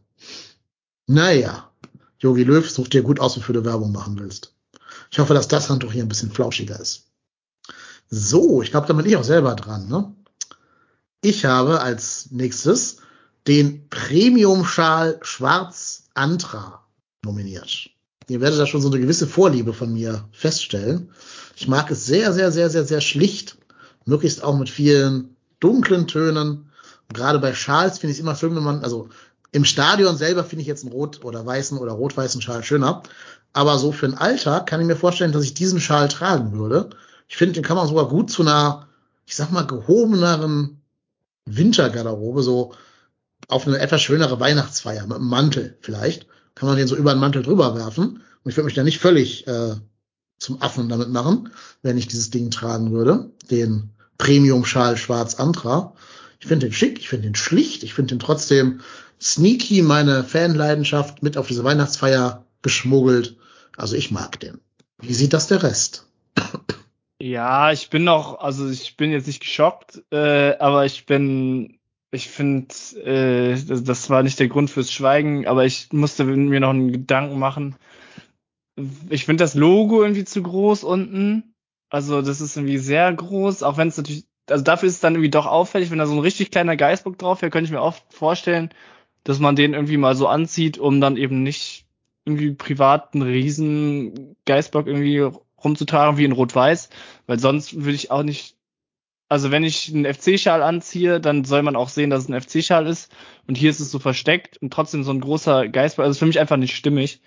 Naja, Jogi Löw, such dir gut aus, wofür du Werbung machen willst. Ich hoffe, dass das Handtuch hier ein bisschen flauschiger ist. So, ich glaube, da bin ich auch selber dran, ne? Ich habe als nächstes den Premium-Schal Schwarz Antra nominiert. Ihr werdet da schon so eine gewisse Vorliebe von mir feststellen. Ich mag es sehr, sehr, sehr, sehr, sehr schlicht. Möglichst auch mit vielen dunklen Tönen. Und gerade bei Schals finde ich es immer schön, wenn man, also im Stadion selber finde ich jetzt einen rot- oder weißen oder rot-weißen Schal schöner. Aber so für den Alltag kann ich mir vorstellen, dass ich diesen Schal tragen würde. Ich finde, den kann man sogar gut zu einer, ich sag mal, gehobeneren Wintergarderobe, so auf eine etwas schönere Weihnachtsfeier mit einem Mantel vielleicht, kann man den so über den Mantel drüber werfen. Und ich würde mich da nicht völlig zum Affen damit machen, wenn ich dieses Ding tragen würde. Den Premium-Schal Schwarz Antra. Ich finde den schick, ich finde den schlicht, ich finde den trotzdem sneaky, meine Fanleidenschaft mit auf diese Weihnachtsfeier geschmuggelt. Also ich mag den. Wie sieht das der Rest? Ja, ich bin jetzt nicht geschockt, aber ich finde, das war nicht der Grund fürs Schweigen, aber ich musste mir noch einen Gedanken machen. Ich finde das Logo irgendwie zu groß unten. Also das ist irgendwie sehr groß, auch wenn es natürlich, also dafür ist es dann irgendwie doch auffällig, wenn da so ein richtig kleiner Geißbock drauf wäre, könnte ich mir auch vorstellen, dass man den irgendwie mal so anzieht, um dann eben nicht irgendwie privaten riesen Geißbock irgendwie rumzutragen wie in Rot-Weiß, weil sonst würde ich auch nicht, also wenn ich einen FC-Schal anziehe, dann soll man auch sehen, dass es ein FC-Schal ist und hier ist es so versteckt und trotzdem so ein großer Geißbock, also ist für mich einfach nicht stimmig.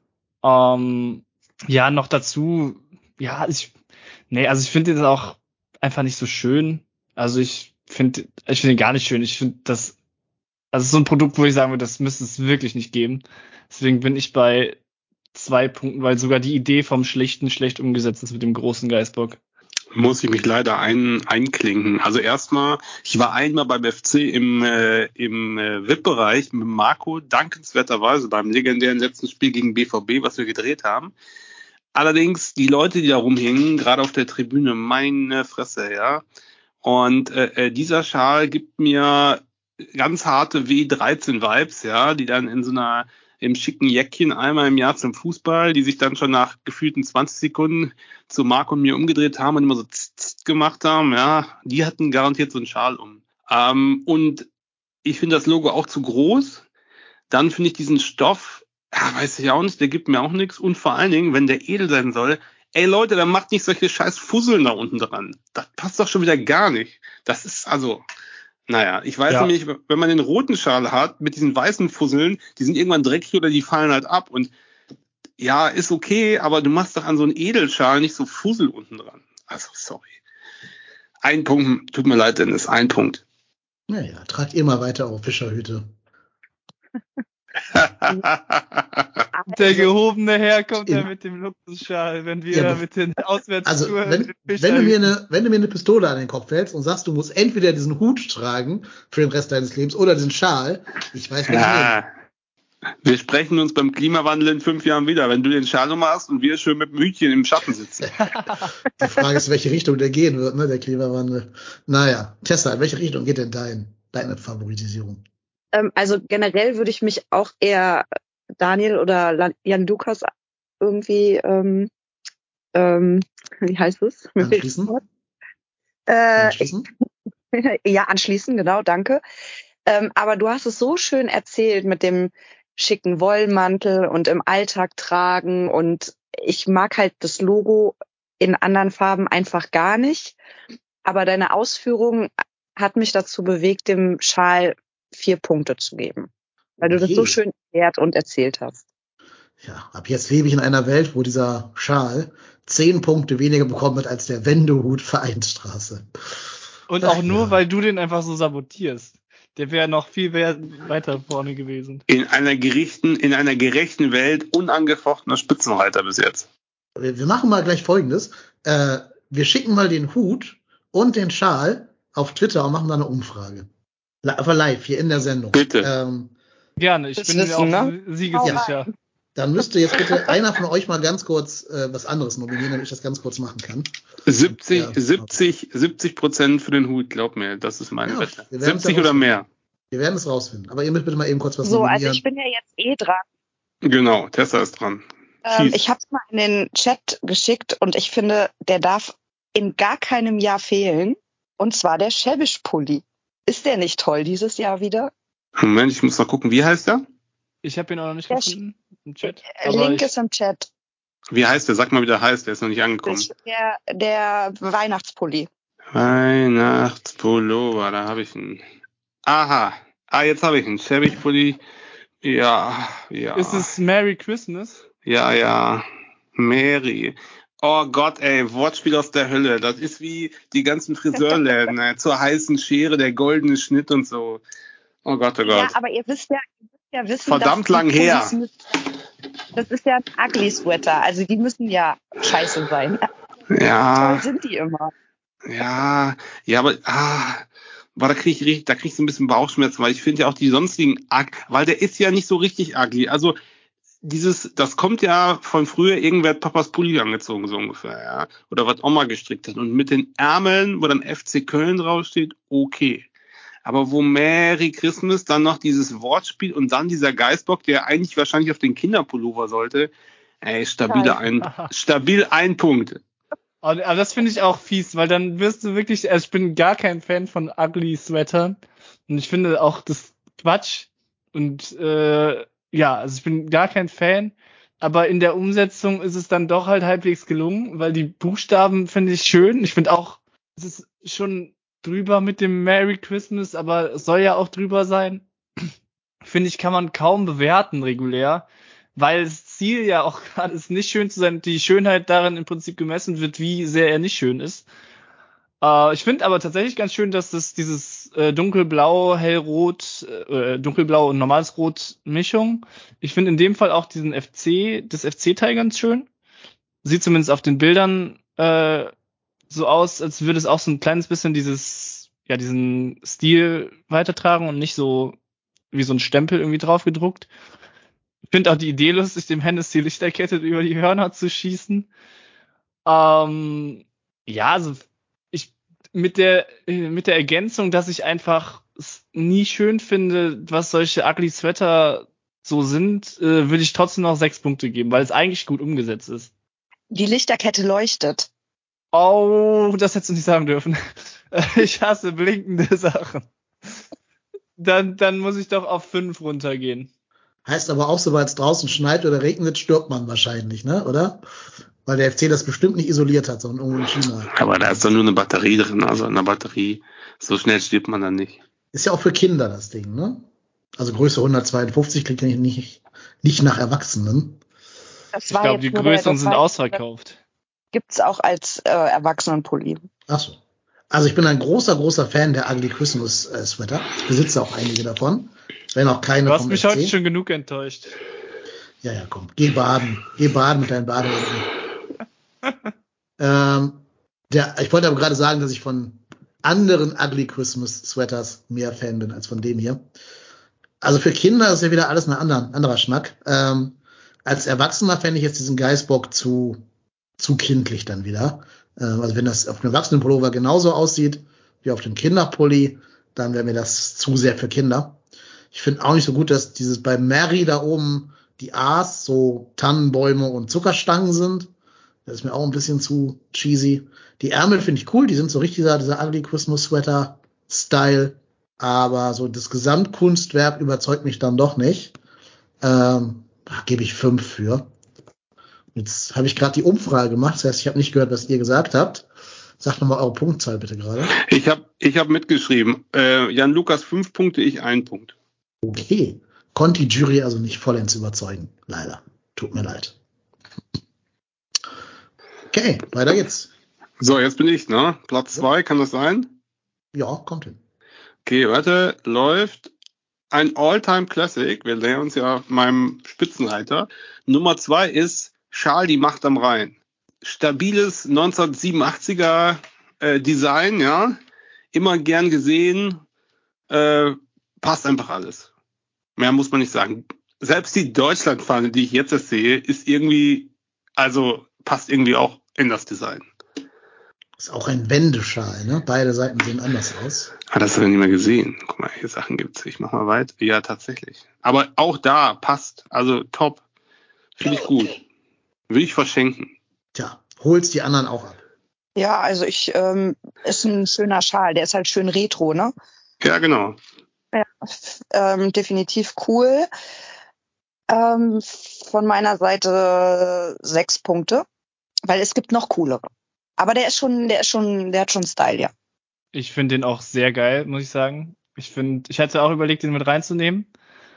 Ja, noch dazu, ja, also ich finde das auch einfach nicht so schön. Also ich finde ihn gar nicht schön. Ich finde das, also so ein Produkt, wo ich sagen würde, das müsste es wirklich nicht geben. Deswegen bin ich bei 2 Punkten, weil sogar die Idee vom Schlichten schlecht umgesetzt ist mit dem großen Geißbock. Muss ich mich leider einklinken. Also erstmal, ich war einmal beim FC im VIP-Bereich mit Marco, dankenswerterweise beim legendären letzten Spiel gegen BVB, was wir gedreht haben. Allerdings, die Leute, die da rumhingen, gerade auf der Tribüne, meine Fresse, ja. Und dieser Schal gibt mir ganz harte W13-Vibes, ja, die dann in so einer im schicken Jäckchen einmal im Jahr zum Fußball, die sich dann schon nach gefühlten 20 Sekunden zu Marc und mir umgedreht haben und immer so tzt gemacht haben, ja, die hatten garantiert so einen Schal um. Und ich finde das Logo auch zu groß. Dann finde ich diesen Stoff, ja, weiß ich auch nicht, der gibt mir auch nichts. Und vor allen Dingen, wenn der edel sein soll, ey Leute, dann macht nicht solche scheiß Fusseln da unten dran. Das passt doch schon wieder gar nicht. Das ist also, naja, ich weiß nämlich, wenn man den roten Schal hat, mit diesen weißen Fusseln, die sind irgendwann dreckig oder die fallen halt ab. Und ja, ist okay, aber du machst doch an so einen Edelschal nicht so Fussel unten dran. Also, sorry. 1 Punkt, tut mir leid, Dennis, 1 Punkt. Naja, tragt immer weiter auf Fischerhüte. Der gehobene Herr kommt ja mit dem Luxusschal, wenn wir mit den Auswärtstouren also wenn du mir eine Pistole an den Kopf hältst und sagst, du musst entweder diesen Hut tragen für den Rest deines Lebens oder diesen Schal, ich weiß nicht. Wir sprechen uns beim Klimawandel in 5 Jahren wieder, wenn du den Schal machst und wir schön mit dem Hütchen im Schatten sitzen. Die Frage ist, welche Richtung der gehen wird, ne, der Klimawandel. Naja, Tessa, in welche Richtung geht denn deine Favoritisierung? Also generell würde ich mich auch eher Daniel oder Jan Lukas irgendwie, wie heißt es? Anschließen? Ja, anschließen, genau, danke. Aber du hast es so schön erzählt mit dem schicken Wollmantel und im Alltag tragen, und ich mag halt das Logo in anderen Farben einfach gar nicht. Aber deine Ausführung hat mich dazu bewegt, dem Schal 4 Punkte zu geben, weil du das so schön erklärt und erzählt hast. Ja, ab jetzt lebe ich in einer Welt, wo dieser Schal 10 Punkte weniger bekommen wird als der Wendehut Vereinsstraße. Und auch nur, weil du den einfach so sabotierst. Der wäre noch viel weiter vorne gewesen. In einer gerechten Welt unangefochtener Spitzenreiter bis jetzt. Wir machen mal gleich Folgendes. Wir schicken mal den Hut und den Schal auf Twitter und machen da eine Umfrage. Aber live, hier in der Sendung. Bitte. Gerne, ich bin mir auch siegessicher. Dann müsste jetzt bitte einer von euch mal ganz kurz was anderes nominieren, damit ich das ganz kurz machen kann. 70% für den Hut, glaub mir, das ist meine Wette. 70 oder mehr. Wir werden es rausfinden. Aber ihr müsst bitte mal eben kurz was nominieren. So, also ich bin ja jetzt dran. Genau, Tessa ist dran. Ich habe es mal in den Chat geschickt und ich finde, der darf in gar keinem Jahr fehlen. Und zwar der Schäbisch-Pulli. Ist der nicht toll dieses Jahr wieder? Moment, ich muss noch gucken, wie heißt der? Ich habe ihn auch noch nicht gefunden im Chat. Link ist im Chat. Wie heißt der? Sag mal, wie der heißt. Der ist noch nicht angekommen. Der Weihnachtspulli. Weihnachtspullover, da habe ich ihn. Aha. Jetzt habe ich ihn. Schäbisch-Pulli. Ja. Ist es Merry Christmas? Ja. Mary. Oh Gott, ey, Wortspiel aus der Hölle. Das ist wie die ganzen Friseurläden, zur heißen Schere, der goldene Schnitt und so. Oh Gott. Ja, aber ihr müsst ja wissen, verdammt lang her. Das ist ja ein Ugly Sweater, also die müssen ja scheiße sein. Ja. Toll sind die immer. Ja, aber da krieg ich so ein bisschen Bauchschmerzen, weil ich finde ja auch die sonstigen weil der ist ja nicht so richtig ugly. Also das kommt ja von früher, irgendwer hat Papas Pulli angezogen, so ungefähr, ja. Oder was Oma gestrickt hat. Und mit den Ärmeln, wo dann FC Köln draufsteht, okay. Aber wo Merry Christmas, dann noch dieses Wortspiel und dann dieser Geißbock, der eigentlich wahrscheinlich auf den Kinderpullover sollte, stabil 1 Punkt. Aber das finde ich auch fies, weil dann wirst du wirklich, also ich bin gar kein Fan von ugly Sweatern und ich finde auch das Quatsch und also ich bin gar kein Fan, aber in der Umsetzung ist es dann doch halt halbwegs gelungen, weil die Buchstaben finde ich schön. Ich finde auch, es ist schon drüber mit dem Merry Christmas, aber es soll ja auch drüber sein. Finde ich, kann man kaum bewerten regulär, weil das Ziel ja auch gerade ist, nicht schön zu sein, die Schönheit darin im Prinzip gemessen wird, wie sehr er nicht schön ist. Ich finde aber tatsächlich ganz schön, dass das dieses dunkelblau, hellrot, dunkelblau und normales Rot Mischung. Ich finde in dem Fall auch das FC-Teil ganz schön. Sieht zumindest auf den Bildern so aus, als würde es auch so ein kleines bisschen diesen Stil weitertragen und nicht so wie so ein Stempel irgendwie drauf gedruckt. Ich finde auch die Idee lustig, dem Hennes die Lichterkette über die Hörner zu schießen. Also mit der Ergänzung, dass ich einfach es nie schön finde, was solche ugly Sweater so sind, würde ich trotzdem noch 6 Punkte geben, weil es eigentlich gut umgesetzt ist. Die Lichterkette leuchtet. Oh, das hättest du nicht sagen dürfen. Ich hasse blinkende Sachen. Dann muss ich doch auf 5 runtergehen. Heißt aber auch, sobald es draußen schneit oder regnet, stirbt man wahrscheinlich, ne? Oder? Weil der FC das bestimmt nicht isoliert hat, sondern irgendwo in China. Aber da ist doch nur eine Batterie drin, also in der Batterie. So schnell stirbt man dann nicht. Ist ja auch für Kinder das Ding, ne? Also Größe 152 klingt nicht nach Erwachsenen. Ich glaube, die größeren sind ausverkauft. Gibt's auch als Erwachsenenpulli. Ach so. Also ich bin ein großer Fan der Ugly Christmas Sweater. Ich besitze auch einige davon, wenn auch keine Du hast vom mich FC. heute schon genug enttäuscht. Ja, komm, geh baden mit deinen Badehänden. Ich wollte aber gerade sagen, dass ich von anderen Ugly Christmas Sweaters mehr Fan bin als von dem hier. Also für Kinder ist ja wieder alles ein anderer Schnack. Als Erwachsener fände ich jetzt diesen Geißbock zu kindlich dann wieder. Also wenn das auf einem Erwachsenenpullover genauso aussieht wie auf dem Kinderpulli, dann wäre mir das zu sehr für Kinder. Ich finde auch nicht so gut, dass dieses bei Mary da oben die A's so Tannenbäume und Zuckerstangen sind. Das ist mir auch ein bisschen zu cheesy. Die Ärmel finde ich cool, die sind so richtig dieser Ugly Christmas Sweater Style. Aber so das Gesamtkunstwerk überzeugt mich dann doch nicht. Gebe ich 5 für. Jetzt habe ich gerade die Umfrage gemacht, das heißt, ich habe nicht gehört, was ihr gesagt habt. Sagt nochmal eure Punktzahl bitte gerade. Ich hab mitgeschrieben. Jan Lukas 5 Punkte, ich 1 Punkt. Okay. Konnte die Jury also nicht vollends überzeugen. Leider. Tut mir leid. Okay, weiter geht's. So, jetzt bin ich, ne? Platz 2, kann das sein? Ja, kommt hin. Okay, warte, läuft ein All-Time Classic. Wir nähern uns ja meinem Spitzenreiter. Nummer 2 ist Schal, die Macht am Rhein. Stabiles 1987er Design, ja. Immer gern gesehen. Passt einfach alles. Mehr muss man nicht sagen. Selbst die Deutschlandfahne, die ich jetzt sehe, ist irgendwie, also passt irgendwie auch in das Design. Ist auch ein Wendeschal, ne? Beide Seiten sehen anders aus. Hat das aber nicht mehr gesehen. Guck mal, hier Sachen gibt's. Ich mach mal weit. Ja, tatsächlich. Aber auch da passt. Also top. Finde ich gut. Will ich verschenken. Tja, holst die anderen auch ab. Ja, also ist ein schöner Schal. Der ist halt schön retro, ne? Ja, genau. Ja, definitiv cool. Von meiner Seite 6 Punkte, weil es gibt noch coolere. Aber der hat schon Style, ja. Ich finde den auch sehr geil, muss ich sagen. Ich hatte auch überlegt, den mit reinzunehmen.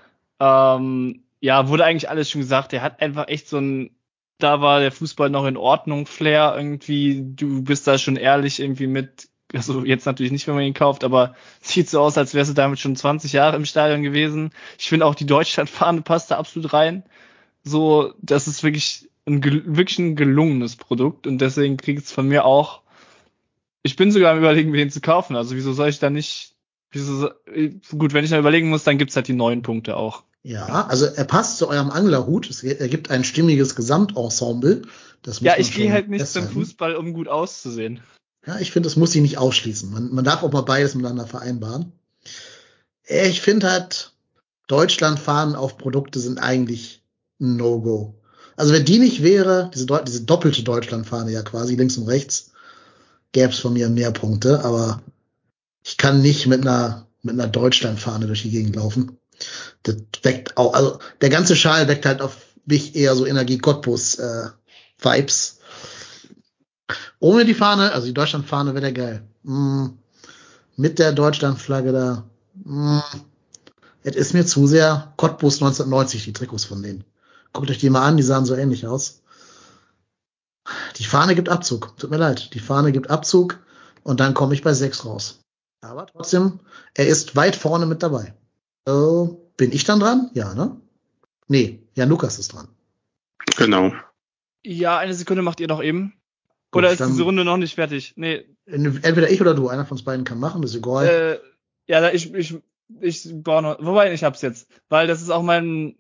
Ja, wurde eigentlich alles schon gesagt. Der hat einfach echt da war der Fußball noch in Ordnung, Flair irgendwie. Du bist da schon ehrlich irgendwie mit, also jetzt natürlich nicht, wenn man ihn kauft, aber sieht so aus, als wärst du damit schon 20 Jahre im Stadion gewesen. Ich finde auch die Deutschlandfahne passt da absolut rein. So, das ist wirklich ein gelungenes Produkt und deswegen kriegt es von mir auch. Ich bin sogar am Überlegen, mir den zu kaufen. Also wieso soll ich da nicht? Gut, wenn ich dann überlegen muss, dann gibt's halt die 9 Punkte auch. Ja, also er passt zu eurem Anglerhut. Es ergibt ein stimmiges Gesamtensemble. Das muss Ja, man ich gehe schon halt nicht zum festhalten. Fußball, um gut auszusehen. Ja, ich finde, das muss sich nicht ausschließen. Man darf auch mal beides miteinander vereinbaren. Ich finde halt, Deutschlandfahnen auf Produkte sind eigentlich ein No-Go. Also wenn die nicht wäre, diese doppelte Deutschlandfahne ja quasi links und rechts, gäbe es von mir mehr Punkte, aber ich kann nicht mit einer Deutschlandfahne durch die Gegend laufen. Das weckt auch, also der ganze Schal weckt halt auf mich eher so Energie Cottbus Vibes. Ohne die Fahne, also die Deutschlandfahne wäre der geil. Mit der Deutschlandflagge da. Es ist mir zu sehr Cottbus 1990, die Trikots von denen. Guckt euch die mal an, die sahen so ähnlich aus. Die Fahne gibt Abzug. Tut mir leid. Die Fahne gibt Abzug und dann komme ich bei 6 raus. Aber trotzdem, er ist weit vorne mit dabei. Bin ich dann dran? Ja, ne? Nee, Jan Lukas ist dran. Genau. Ja, eine Sekunde macht ihr noch eben. Gut, Oder ist diese Runde noch nicht fertig? Nee. Entweder ich oder du, einer von uns beiden kann machen, ist egal. Ja, ich baue noch, wobei ich hab's jetzt, weil das ist auch mein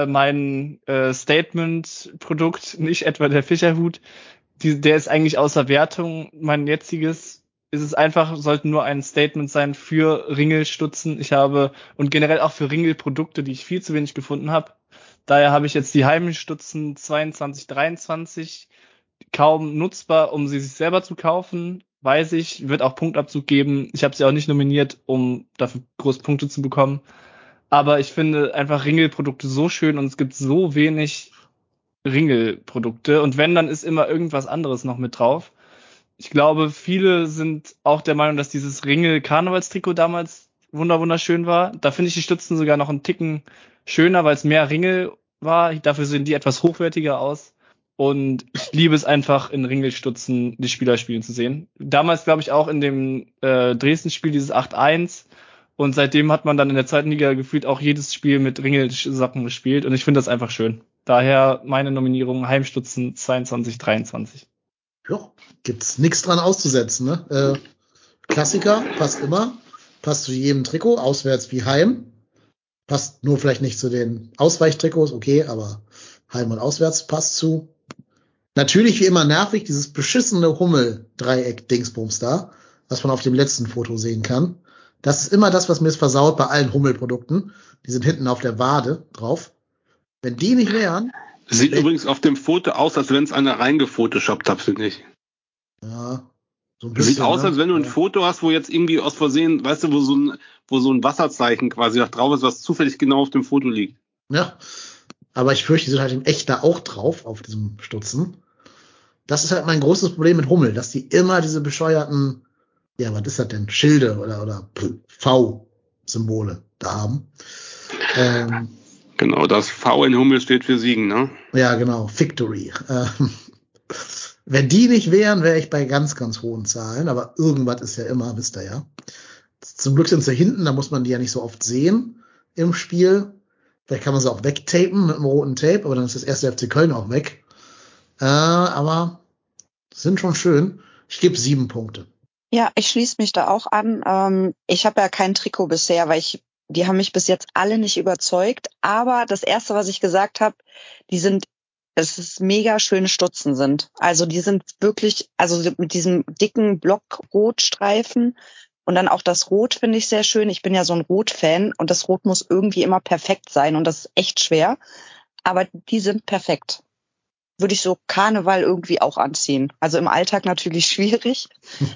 Statement-Produkt, nicht etwa der Fischerhut. Der ist eigentlich außer Wertung. Mein jetziges ist es einfach, sollte nur ein Statement sein für Ringelstutzen. Und generell auch für Ringelprodukte, die ich viel zu wenig gefunden habe. Daher habe ich jetzt die Heimstutzen 22, 23 kaum nutzbar, um sie sich selber zu kaufen. Weiß ich, wird auch Punktabzug geben. Ich habe sie auch nicht nominiert, um dafür groß Punkte zu bekommen. Aber ich finde einfach Ringelprodukte so schön und es gibt so wenig Ringelprodukte. Und wenn, dann ist immer irgendwas anderes noch mit drauf. Ich glaube, viele sind auch der Meinung, dass dieses Ringel-Karnevalstrikot damals wunderschön war. Da finde ich die Stützen sogar noch einen Ticken schöner, weil es mehr Ringel war. Dafür sehen die etwas hochwertiger aus. Und ich liebe es einfach, in Ringelstutzen die Spieler spielen zu sehen. Damals, glaube ich, auch in dem Dresden-Spiel dieses 8-1. Und seitdem hat man dann in der zweiten Liga gefühlt auch jedes Spiel mit Ringelsocken gespielt. Und ich finde das einfach schön. Daher meine Nominierung Heimstutzen 22-23. Ja, gibt's nichts dran auszusetzen, ne? Klassiker, passt immer. Passt zu jedem Trikot, auswärts wie heim. Passt nur vielleicht nicht zu den Ausweichtrikots, okay, aber heim und auswärts passt zu. Natürlich wie immer nervig, dieses beschissene Hummel-Dreieck-Dingsbums da, was man auf dem letzten Foto sehen kann. Das ist immer das, was mir es versaut bei allen Hummelprodukten. Die sind hinten auf der Wade drauf. Wenn die nicht wären. Sieht übrigens auf dem Foto aus, als wenn es einer reingefotoshoppt hat, finde ich. Ja, so ein bisschen. Sieht aus, als wenn du ein Foto hast, wo jetzt irgendwie aus Versehen, weißt du, wo so ein Wasserzeichen quasi da drauf ist, was zufällig genau auf dem Foto liegt. Ja, aber ich fürchte, die sind halt in echt da auch drauf, auf diesem Stutzen. Das ist halt mein großes Problem mit Hummel, dass die immer diese bescheuerten, ja, was ist das denn, Schilde oder V-Symbole da haben. Genau, das V in Hummel steht für Siegen, ne? Ja, genau, Victory. Wenn die nicht wären, wäre ich bei ganz, ganz hohen Zahlen, aber irgendwas ist ja immer, wisst ihr ja. Zum Glück sind sie hinten, da muss man die ja nicht so oft sehen im Spiel. Vielleicht kann man sie auch wegtapen mit einem roten Tape, aber dann ist das erste FC Köln auch weg. Aber sind schon schön. Ich gebe 7 Punkte. Ja, ich schließe mich da auch an. Ich habe ja kein Trikot bisher, weil die haben mich bis jetzt alle nicht überzeugt. Aber das Erste, was ich gesagt habe, dass es mega schöne Stutzen sind. Also die sind wirklich, also mit diesem dicken Block-Rotstreifen und dann auch das Rot finde ich sehr schön. Ich bin ja so ein Rot-Fan und das Rot muss irgendwie immer perfekt sein und das ist echt schwer. Aber die sind perfekt. Würde ich so Karneval irgendwie auch anziehen. Also im Alltag natürlich schwierig.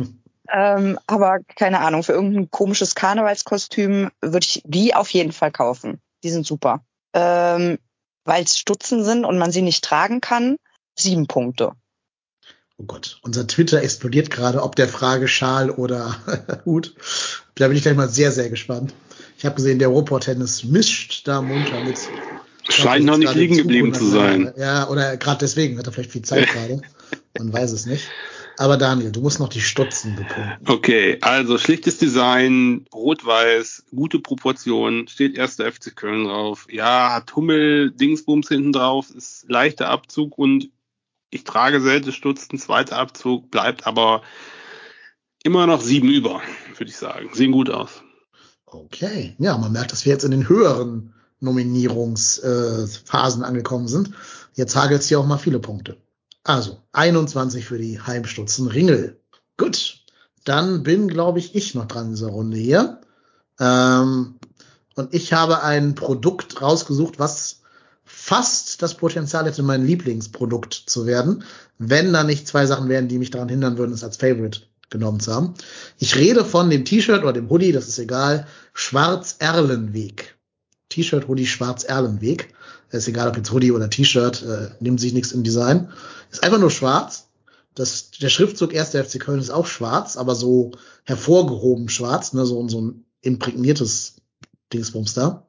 Aber keine Ahnung, für irgendein komisches Karnevalskostüm würde ich die auf jeden Fall kaufen. Die sind super. Weil es Stutzen sind und man sie nicht tragen kann, 7 Punkte. Oh Gott, unser Twitter explodiert gerade, ob der Frage Schal oder Hut. Da bin ich gleich mal sehr, sehr gespannt. Ich habe gesehen, der Robot-Tennis mischt da munter mit. Scheint noch nicht liegen geblieben zu sein. Ja, oder gerade deswegen hat er vielleicht viel Zeit gerade. Man weiß es nicht. Aber Daniel, du musst noch die Stutzen bepunkten. Okay, also schlichtes Design, rot-weiß, gute Proportionen, steht 1. FC Köln drauf. Ja, hat Hummel Dingsbums hinten drauf, ist leichter Abzug und ich trage selten Stutzen, zweiter Abzug, bleibt aber immer noch 7 über, würde ich sagen. Sehen gut aus. Okay, ja, man merkt, dass wir jetzt in den höheren Nominierungsphasen angekommen sind. Jetzt hagelt es hier auch mal viele Punkte. Also 21 für die Heimstutzen Ringel. Gut, dann bin, glaube ich noch dran in dieser Runde hier. Und ich habe ein Produkt rausgesucht, was fast das Potenzial hätte, mein Lieblingsprodukt zu werden, wenn da nicht 2 Sachen wären, die mich daran hindern würden, es als Favorite genommen zu haben. Ich rede von dem T-Shirt oder dem Hoodie, das ist egal, Schwarz-Erlenweg. T-Shirt, Hoodie, Schwarz-Erlenweg. Ist egal, ob jetzt Hoodie oder T-Shirt, nimmt sich nichts im Design. Ist einfach nur schwarz. Der Schriftzug 1. FC Köln ist auch schwarz, aber so hervorgehoben schwarz, ne, so ein imprägniertes Dingsbums da.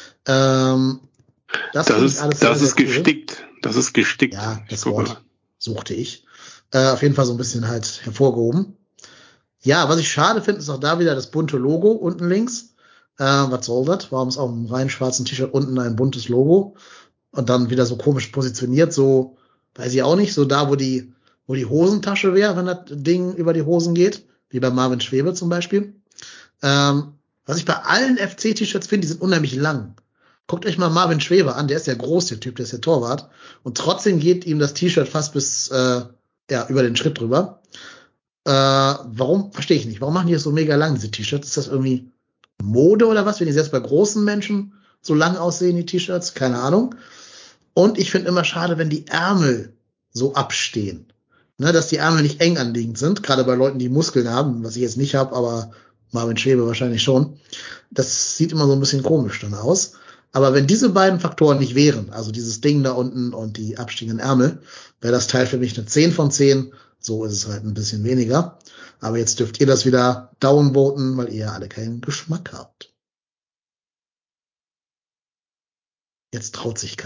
Das ist alles sehr, sehr gestickt. Cool. Das ist gestickt. Ja, das Wort suchte ich. Auf jeden Fall so ein bisschen halt hervorgehoben. Ja, was ich schade finde, ist auch da wieder das bunte Logo unten links. Was soll das? Warum ist auf einem rein schwarzen T-Shirt unten ein buntes Logo? Und dann wieder so komisch positioniert, so, weiß ich auch nicht, so da, wo die Hosentasche wäre, wenn das Ding über die Hosen geht, wie bei Marvin Schwebe zum Beispiel. Was ich bei allen FC-T-Shirts finde, die sind unheimlich lang. Guckt euch mal Marvin Schwebe an, der ist ja groß, der Typ, der ist der Torwart. Und trotzdem geht ihm das T-Shirt fast bis über den Schritt drüber. Warum? Verstehe ich nicht. Warum machen die das so mega lang, diese T-Shirts? Ist das irgendwie Mode oder was? Wenn die selbst bei großen Menschen so lang aussehen, die T-Shirts? Keine Ahnung. Und ich finde immer schade, wenn die Ärmel so abstehen. Ne, dass die Ärmel nicht eng anliegend sind. Gerade bei Leuten, die Muskeln haben, was ich jetzt nicht habe, aber Marvin Schwebe wahrscheinlich schon. Das sieht immer so ein bisschen komisch dann aus. Aber wenn diese beiden Faktoren nicht wären, also dieses Ding da unten und die abstehenden Ärmel, wäre das Teil für mich eine 10 von 10. So ist es halt ein bisschen weniger. Aber jetzt dürft ihr das wieder downvoten, weil ihr alle keinen Geschmack habt. Jetzt traut sich keiner.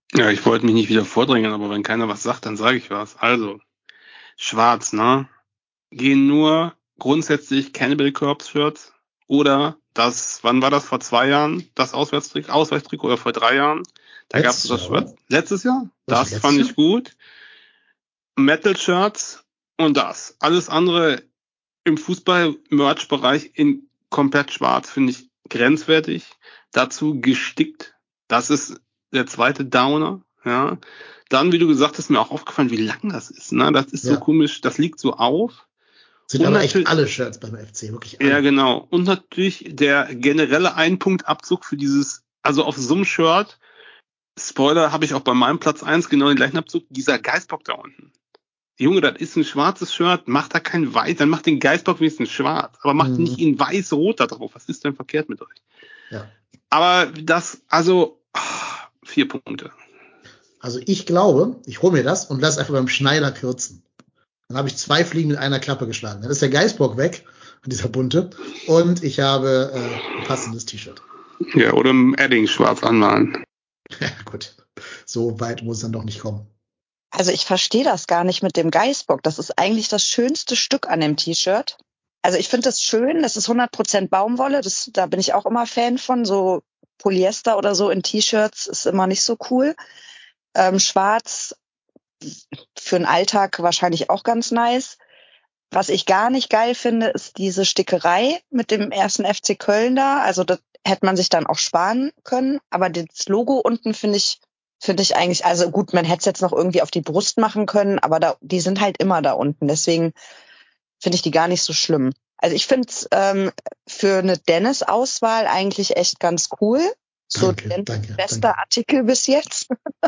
Ja, ich wollte mich nicht wieder vordrängen, aber wenn keiner was sagt, dann sage ich was. Also, schwarz, ne? Gehen nur grundsätzlich Cannibal Corpse Shirts oder wann war das, vor 2 Jahren, das Ausweichtrikot oder vor 3 Jahren? Da gab es das Schwarz. Letztes Jahr? Das fand ich gut. Metal Shirts und das. Alles andere im Fußball-Merch-Bereich in komplett schwarz finde ich grenzwertig. Dazu gestickt. Das ist der zweite Downer. Ja. Dann, wie du gesagt hast, mir auch aufgefallen, wie lang das ist. Ne? Das ist so komisch. Das liegt so auf. Sind aber echt alle Shirts beim FC, wirklich alle. Ja, genau. Und natürlich der generelle Ein-Punkt-Abzug für dieses, also auf so einem Shirt, Spoiler, habe ich auch bei meinem Platz 1 genau den gleichen Abzug, dieser Geißbock da unten. Junge, das ist ein schwarzes Shirt, macht da kein Weiß, dann macht den Geißbock wenigstens schwarz, aber macht nicht ihn weiß-rot da drauf. Was ist denn verkehrt mit euch? Ja. Aber das, also 4 Punkte. Also ich glaube, ich hole mir das und lass einfach beim Schneider kürzen. Dann habe ich 2 Fliegen mit einer Klappe geschlagen. Dann ist der Geißbock weg, dieser bunte, und ich habe ein passendes T-Shirt. Ja, oder im Edding schwarz anmalen. Ja, gut. So weit muss es dann doch nicht kommen. Also ich verstehe das gar nicht mit dem Geißbock. Das ist eigentlich das schönste Stück an dem T-Shirt. Also ich finde das schön. Das ist 100% Baumwolle. Da bin ich auch immer Fan von. So Polyester oder so in T-Shirts ist immer nicht so cool. Schwarz für den Alltag wahrscheinlich auch ganz nice. Was ich gar nicht geil finde, ist diese Stickerei mit dem 1. FC Köln da. Also das hätte man sich dann auch sparen können. Aber das Logo unten finde ich eigentlich, also gut, man hätte es jetzt noch irgendwie auf die Brust machen können, aber die sind halt immer da unten. Deswegen finde ich die gar nicht so schlimm. Also ich finde es für eine Dennis-Auswahl eigentlich echt ganz cool. Danke. Bester Artikel bis jetzt.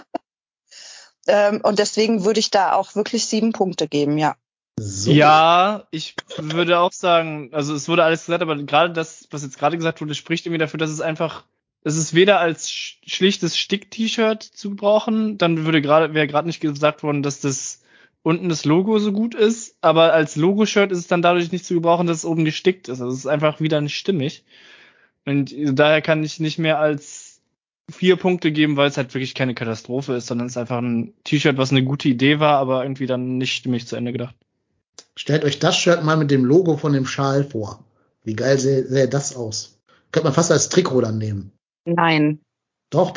Und deswegen würde ich da auch wirklich 7 Punkte geben, ja. So. Ja, ich würde auch sagen, also es wurde alles gesagt, aber gerade das, was jetzt gerade gesagt wurde, spricht irgendwie dafür, dass es ist weder als schlichtes Stick-T-Shirt zu gebrauchen, dann wäre gerade nicht gesagt worden, dass das unten das Logo so gut ist, aber als Logo-Shirt ist es dann dadurch nicht zu gebrauchen, dass es oben gestickt ist. Also es ist einfach wieder nicht stimmig. Und daher kann ich nicht mehr als 4 Punkte geben, weil es halt wirklich keine Katastrophe ist, sondern es ist einfach ein T-Shirt, was eine gute Idee war, aber irgendwie dann nicht stimmig zu Ende gedacht. Stellt euch das Shirt mal mit dem Logo von dem Schal vor. Wie geil sähe das aus? Könnte man fast als Trikot dann nehmen. Nein. Doch.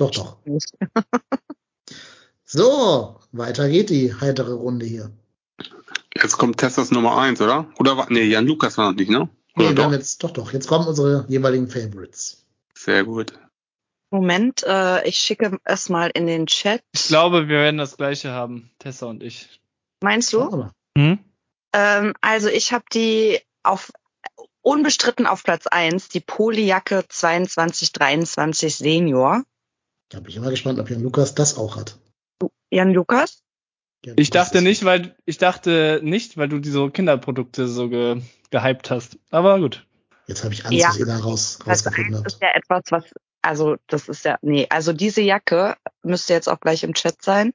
So, weiter geht die heitere Runde hier. Jetzt kommt Tessas Nummer 1, oder? Jan Lukas war noch nicht, ne? Oder nee, wir haben jetzt, doch. Jetzt kommen unsere jeweiligen Favorites. Sehr gut. Moment, ich schicke es mal in den Chat. Ich glaube, wir werden das Gleiche haben, Tessa und ich. Meinst du? Also ich habe die unbestritten auf Platz 1, die Polyjacke 22-23 Senior. Da bin ich immer gespannt, ob Jan Lukas das auch hat. Jan Lukas? Ich dachte nicht, weil du diese Kinderprodukte so gehypt hast. Aber gut. Jetzt habe ich Angst, was ihr da rausgefunden habt. Das ist ja etwas, also diese Jacke müsste jetzt auch gleich im Chat sein.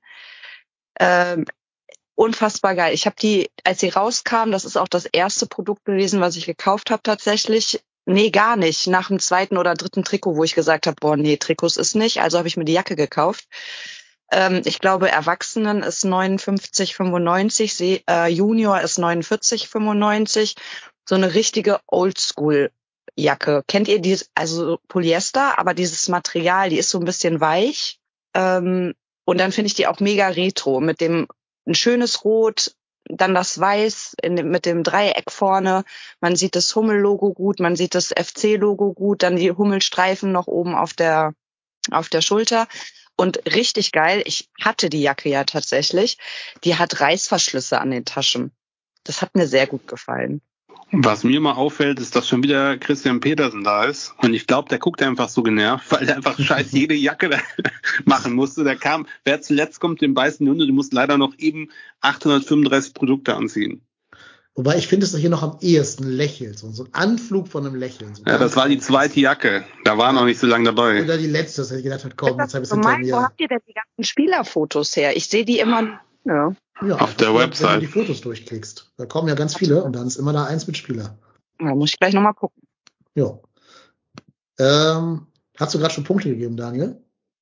Unfassbar geil. Ich habe die, als sie rauskam, das ist auch das erste Produkt gewesen, was ich gekauft habe tatsächlich. Nee, gar nicht. Nach dem 2. oder 3. Trikot, wo ich gesagt habe, Trikots ist nicht. Also habe ich mir die Jacke gekauft. Ich glaube, Erwachsenen ist 59,95, Junior ist 49,95. So eine richtige Oldschool-Jacke. Kennt ihr die? Also Polyester, aber dieses Material, die ist so ein bisschen weich. Und dann finde ich die auch mega retro mit dem ein schönes Rot, dann das Weiß mit dem Dreieck vorne. Man sieht das Hummel-Logo gut, man sieht das FC-Logo gut, dann die Hummelstreifen noch oben auf der Schulter. Und richtig geil, ich hatte die Jacke ja tatsächlich, die hat Reißverschlüsse an den Taschen. Das hat mir sehr gut gefallen. Was mir mal auffällt, ist, dass schon wieder Christian Petersen da ist. Und ich glaube, der guckt einfach so genervt, weil der einfach scheiß jede Jacke machen musste. Wer zuletzt kommt, den beißen die Hunde, du musst leider noch eben 835 Produkte anziehen. Wobei ich finde es doch hier noch am ehesten lächelt. So ein Anflug von einem Lächeln. So ja, das war die zweite Jacke. Da war noch nicht so lange dabei. Oder die letzte, dass ich gedacht habe, komm, jetzt habe ich es hinter mir. Wo habt ihr denn die ganzen Spielerfotos her? Ich sehe die immer. Ja, auf der Website. Wenn du die Fotos durchklickst. Da kommen ja ganz viele und dann ist immer da eins mit Spieler. Da muss ich gleich nochmal gucken. Ja. Hast du gerade schon Punkte gegeben, Daniel?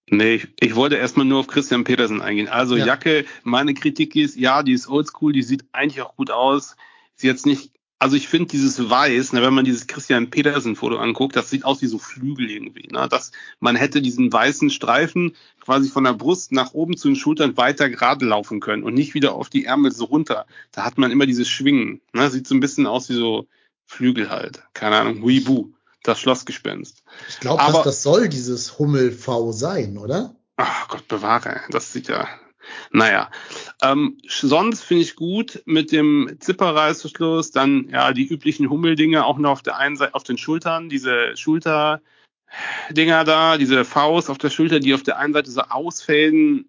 Nee, ich wollte erstmal nur auf Christian Petersen eingehen. Also Ja. Jacke, meine Kritik ist, ja, die ist oldschool, die sieht eigentlich auch gut aus. Ist jetzt nicht, also ich finde dieses Weiß, ne, wenn man dieses Christian Petersen-Foto anguckt, das sieht aus wie so Flügel irgendwie. Ne? Man hätte diesen weißen Streifen quasi von der Brust nach oben zu den Schultern weiter gerade laufen können und nicht wieder auf die Ärmel so runter. Da hat man immer dieses Schwingen. Ne? Sieht so ein bisschen aus wie so Flügel halt. Keine Ahnung, Huibu, das Schlossgespenst. Ich glaube, das soll dieses Hummel-V sein, oder? Ach Gott bewahre, das sieht ja, naja. Sonst finde ich gut mit dem Zipperreißverschluss, dann ja die üblichen Hummeldinge auch noch auf der einen Seite, auf den Schultern, diese Schulterdinger da, diese Vs auf der Schulter, die auf der einen Seite so ausfällen.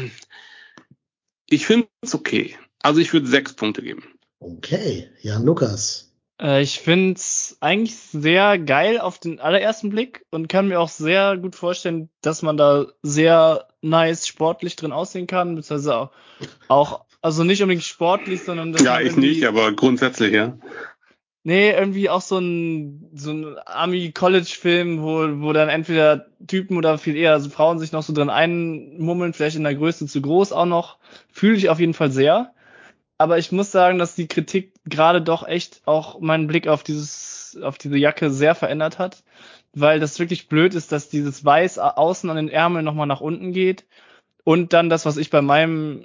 Ich finde es okay. Also ich würde 6 Punkte geben. Okay, Jan Lukas. Ich finde es eigentlich sehr geil auf den allerersten Blick und kann mir auch sehr gut vorstellen, dass man da sehr nice sportlich drin aussehen kann, beziehungsweise auch also nicht unbedingt sportlich, sondern dass Ja, man ich nicht, aber grundsätzlich, ja. Nee, irgendwie auch so ein Ami-College-Film, wo dann entweder Typen oder viel eher also Frauen sich noch so drin einmummeln, vielleicht in der Größe zu groß auch noch. Fühle ich auf jeden Fall sehr. Aber ich muss sagen, dass die Kritik gerade doch echt auch meinen Blick auf diese Jacke sehr verändert hat, weil das wirklich blöd ist, dass dieses Weiß außen an den Ärmeln nochmal nach unten geht und dann das, was ich bei meinem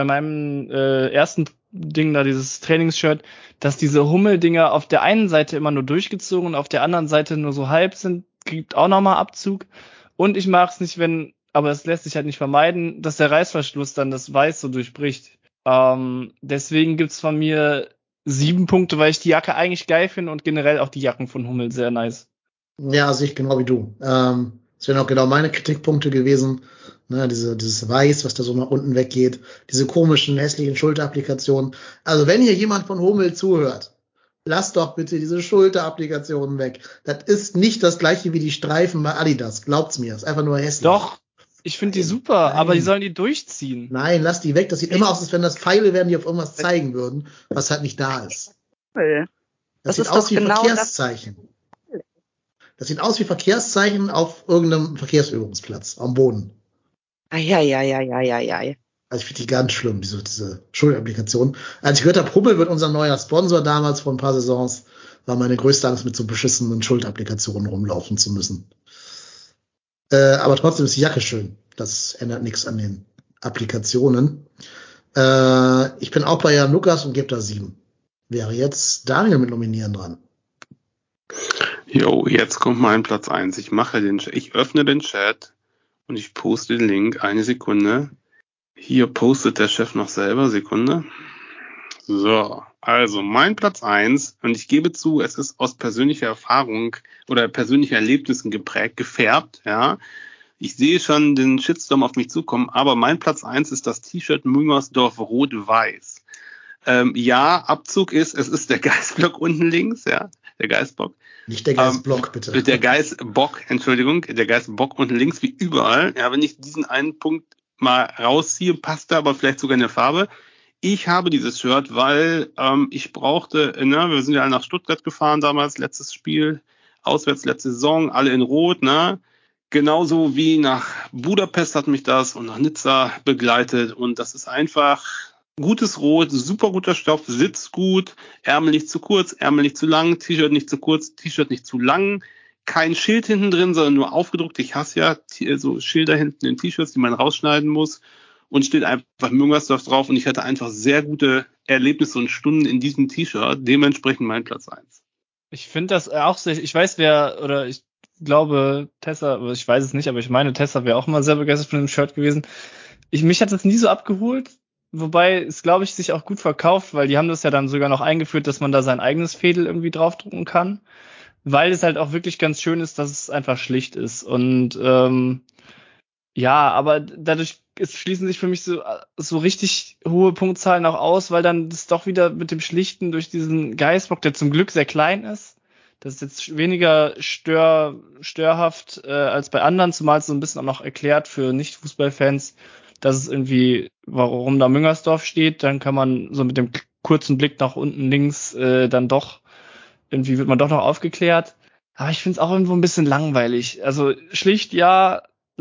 ersten Ding da, dieses Trainingsshirt, dass diese Hummeldinger auf der einen Seite immer nur durchgezogen und auf der anderen Seite nur so halb sind, gibt auch nochmal Abzug. Und ich mag es nicht, aber es lässt sich halt nicht vermeiden, dass der Reißverschluss dann das Weiß so durchbricht. Deswegen gibt's von mir 7 Punkte, weil ich die Jacke eigentlich geil finde und generell auch die Jacken von Hummel sehr nice. Ja, sehe ich genau wie du. Das wären auch genau meine Kritikpunkte gewesen. Ne, dieses Weiß, was da so nach unten weggeht, diese komischen, hässlichen Schulterapplikationen. Also wenn hier jemand von Hummel zuhört, lasst doch bitte diese Schulterapplikationen weg. Das ist nicht das gleiche wie die Streifen bei Adidas. Glaubt's mir, ist einfach nur hässlich. Doch, ich finde die super, Nein. aber die sollen die durchziehen. Nein, lass die weg. Das sieht immer aus, als wenn das Pfeile wären, die auf irgendwas zeigen würden, was halt nicht da ist. Das sieht aus wie Verkehrszeichen. Das sieht aus wie Verkehrszeichen auf irgendeinem Verkehrsübungsplatz am Boden. Eieieiei. Also ich finde die ganz schlimm, diese Schuldapplikation. Als ich gehört habe, Hummel wird unser neuer Sponsor damals vor ein paar Saisons, war meine größte Angst, mit so beschissenen Schuldapplikationen rumlaufen zu müssen. Aber trotzdem ist die Jacke schön. Das ändert nichts an den Applikationen. Ich bin auch bei Jan Lukas und gebe da 7. Wäre jetzt Daniel mit Nominieren dran. Jo, jetzt kommt mein Platz 1. Ich öffne den Chat und ich poste den Link. Eine Sekunde. Hier postet der Chef noch selber. Sekunde. So, also mein Platz 1. Und ich gebe zu, es ist aus persönlicher Erfahrung oder persönlichen Erlebnissen gefärbt, ja. Ich sehe schon den Shitstorm auf mich zukommen, aber mein Platz 1 ist das T-Shirt Müngersdorf Rot-Weiß. Ja, Abzug es ist der Geistblock unten links, ja, der Geistbock. Nicht der Geistblock, bitte. Der Geistbock, Entschuldigung, der Geistbock unten links wie überall. Ja, wenn ich diesen einen Punkt mal rausziehe, passt da aber vielleicht sogar in der Farbe. Ich habe dieses Shirt, weil ich brauchte, wir sind ja nach Stuttgart gefahren damals, letztes Spiel, auswärts letzte Saison, alle in Rot, ne? Genauso wie nach Budapest hat mich das und nach Nizza begleitet und das ist einfach gutes Rot, super guter Stoff, sitzt gut, Ärmel nicht zu kurz, Ärmel nicht zu lang, T-Shirt nicht zu kurz, T-Shirt nicht zu lang, kein Schild hinten drin, sondern nur aufgedruckt. Ich hasse ja so Schilder hinten in T-Shirts, die man rausschneiden muss und steht einfach Müngersdorf drauf und ich hatte einfach sehr gute Erlebnisse und Stunden in diesem T-Shirt, dementsprechend mein Platz 1. Ich finde das auch sehr, ich weiß ich glaube Tessa, ich weiß es nicht, aber ich meine Tessa wäre auch mal sehr begeistert von dem Shirt gewesen. Mich hat das nie so abgeholt, wobei es, glaube ich, sich auch gut verkauft, weil die haben das ja dann sogar noch eingeführt, dass man da sein eigenes Fädel irgendwie draufdrucken kann, weil es halt auch wirklich ganz schön ist, dass es einfach schlicht ist und ja, aber dadurch schließen sich für mich so richtig hohe Punktzahlen auch aus, weil dann das doch wieder mit dem Schlichten durch diesen Geistbock, der zum Glück sehr klein ist, das ist jetzt weniger störhaft als bei anderen, zumal es so ein bisschen auch noch erklärt für Nicht-Fußballfans, dass es irgendwie, warum da Müngersdorf steht, dann kann man so mit dem kurzen Blick nach unten links dann doch, irgendwie wird man doch noch aufgeklärt. Aber ich finde es auch irgendwo ein bisschen langweilig. Also schlicht ja,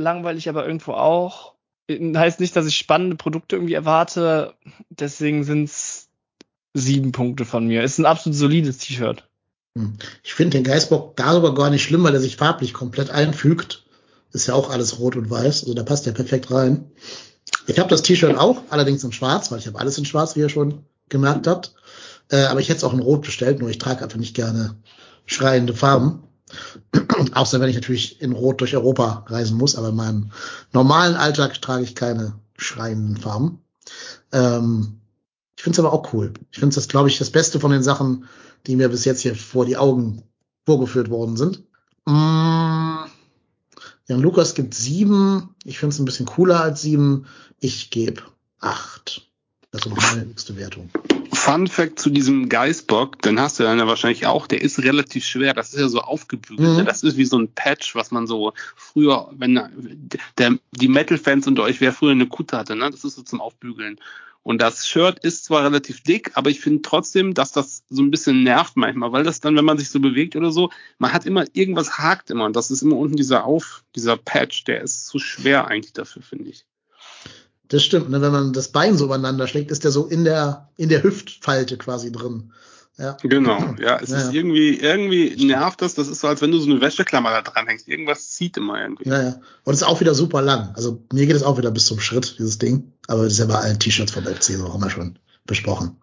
langweilig aber irgendwo auch. Heißt nicht, dass ich spannende Produkte irgendwie erwarte. Deswegen sind's 7 Punkte von mir. Ist ein absolut solides T-Shirt. Ich finde den Geißbock da sogar gar nicht schlimm, weil er sich farblich komplett einfügt. Ist ja auch alles rot und weiß, also da passt der perfekt rein. Ich habe das T-Shirt auch, allerdings in schwarz, weil ich habe alles in schwarz, wie ihr schon gemerkt habt. Aber ich hätte es auch in rot bestellt, nur ich trage einfach nicht gerne schreiende Farben. Außer wenn ich natürlich in rot durch Europa reisen muss, aber in meinem normalen Alltag trage ich keine schreienden Farben. Ich finde es aber auch cool. Ich finde das, glaube ich, das Beste von den Sachen, die mir bis jetzt hier vor die Augen vorgeführt worden sind. Jan Lukas gibt 7. Ich finde es ein bisschen cooler als 7. Ich gebe 8. Das ist meine höchste Wertung. Fun Fact zu diesem Geißbock, den hast du dann ja wahrscheinlich auch, der ist relativ schwer, das ist ja so aufgebügelt, ne? Das ist wie so ein Patch, was man so früher, wenn die Metal-Fans unter euch, wer früher eine Kutte hatte, ne? Das ist so zum Aufbügeln. Und das Shirt ist zwar relativ dick, aber ich finde trotzdem, dass das so ein bisschen nervt manchmal, weil das dann, wenn man sich so bewegt oder so, man hat immer, irgendwas hakt immer und das ist immer unten dieser Patch, der ist zu schwer eigentlich dafür, finde ich. Das stimmt, ne? Wenn man das Bein so übereinander schlägt, ist der so in der Hüftfalte quasi drin. Ja. Genau, ja, es ist irgendwie nervt das ist so, als wenn du so eine Wäscheklammer da dran hängst. Irgendwas zieht immer irgendwie. Ja. Und es ist auch wieder super lang. Also mir geht es auch wieder bis zum Schritt, dieses Ding. Aber das ist ja bei allen T-Shirts vom FC, so haben wir schon besprochen.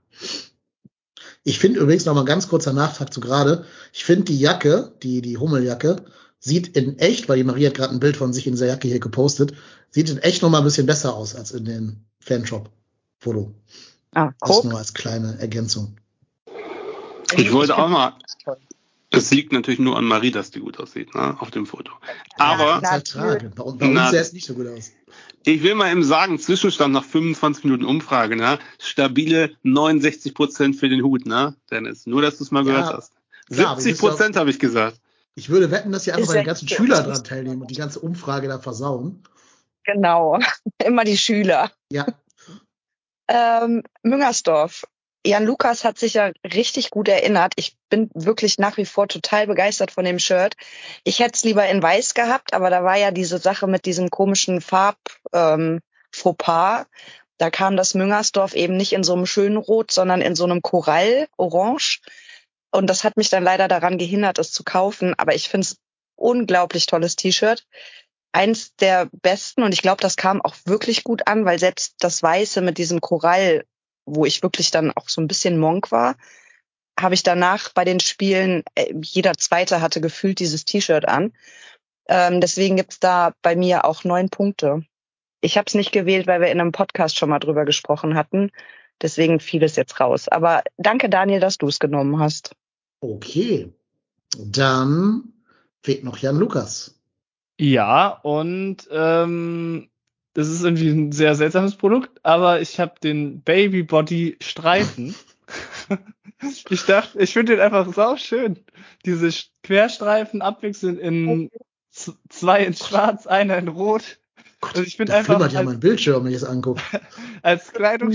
Ich finde übrigens noch mal ganz kurzer Nachtrag zu gerade. Ich finde die Jacke, die Hummeljacke, sieht in echt, weil die Marie hat gerade ein Bild von sich in dieser Jacke hier gepostet, sieht in echt noch mal ein bisschen besser aus als in den Fanshop-Foto. Das nur als kleine Ergänzung. Ich wollte auch mal, es liegt natürlich nur an Marie, dass die gut aussieht, ne, auf dem Foto. Aber bei uns sah es nicht so gut aus. Ich will mal eben sagen, Zwischenstand nach 25 Minuten Umfrage, ne? Stabile 69% für den Hut, ne, Dennis? Nur, dass du es mal gehört hast. 70% habe ich gesagt. Ich würde wetten, dass hier einfach meine ganzen Schüler dran teilnehmen und die ganze Umfrage da versauen. Genau, immer die Schüler. Ja. Müngersdorf. Jan Lukas hat sich ja richtig gut erinnert. Ich bin wirklich nach wie vor total begeistert von dem Shirt. Ich hätte es lieber in weiß gehabt, aber da war ja diese Sache mit diesem komischen Fauxpas. Da kam das Müngersdorf eben nicht in so einem schönen Rot, sondern in so einem Korallorange. Und das hat mich dann leider daran gehindert, es zu kaufen. Aber ich finde es unglaublich tolles T-Shirt. Eins der besten, und ich glaube, das kam auch wirklich gut an, weil selbst das Weiße mit diesem Korall, wo ich wirklich dann auch so ein bisschen Monk war, habe ich danach bei den Spielen, jeder Zweite hatte gefühlt dieses T-Shirt an. Deswegen gibt's da bei mir auch 9 Punkte. Ich habe es nicht gewählt, weil wir in einem Podcast schon mal drüber gesprochen hatten. Deswegen fiel es jetzt raus. Aber danke, Daniel, dass du es genommen hast. Okay, dann fehlt noch Jan Lukas. Ja, und das ist irgendwie ein sehr seltsames Produkt, aber ich habe den Baby Body Streifen. Ich dachte, ich finde den einfach sau schön. Diese Querstreifen abwechselnd in 2 in schwarz, einer in rot. Gott, und ich bin da einfach flimmert ja mein Bildschirm, wenn ich es angucke. als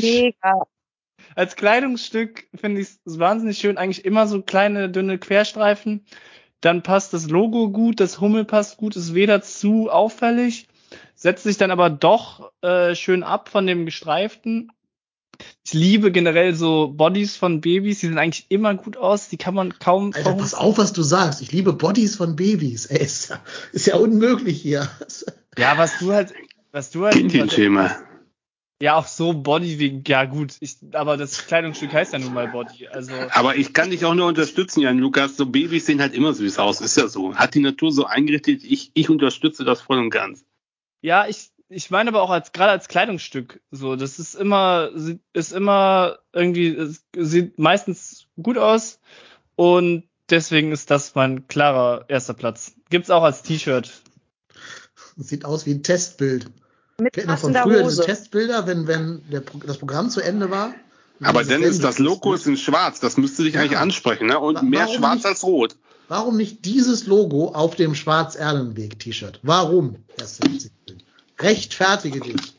Kleidungsstück finde ich es wahnsinnig schön. Eigentlich immer so kleine, dünne Querstreifen. Dann passt das Logo gut, das Hummel passt gut, ist weder zu auffällig, setzt sich dann aber doch schön ab von dem Gestreiften. Ich liebe generell so Bodies von Babys, die sehen eigentlich immer gut aus, die kann man kaum Alter, pass auf, was du sagst. Ich liebe Bodies von Babys. Ey, ist ja unmöglich hier. Ja, was du halt Kindchenschema. Ja, auch so Body wegen, ja gut, aber das Kleidungsstück heißt ja nun mal Body, also. Aber ich kann dich auch nur unterstützen, Jan Lukas, so Babys sehen halt immer süß aus, ist ja so. Hat die Natur so eingerichtet, ich unterstütze das voll und ganz. Ja, ich meine aber auch gerade als Kleidungsstück, so, das ist immer irgendwie, es sieht meistens gut aus und deswegen ist das mein klarer erster Platz. Gibt's auch als T-Shirt. Sieht aus wie ein Testbild. Mit Kennt man von passender früher Hose. diese Testbilder, wenn das Programm zu Ende war? Aber Dennis, das Logo ist in schwarz, das müsste dich eigentlich ansprechen, ne? Und mehr schwarz als rot. Warum nicht dieses Logo auf dem Schwarz-Erlenweg-T-Shirt? Warum? Rechtfertige dich.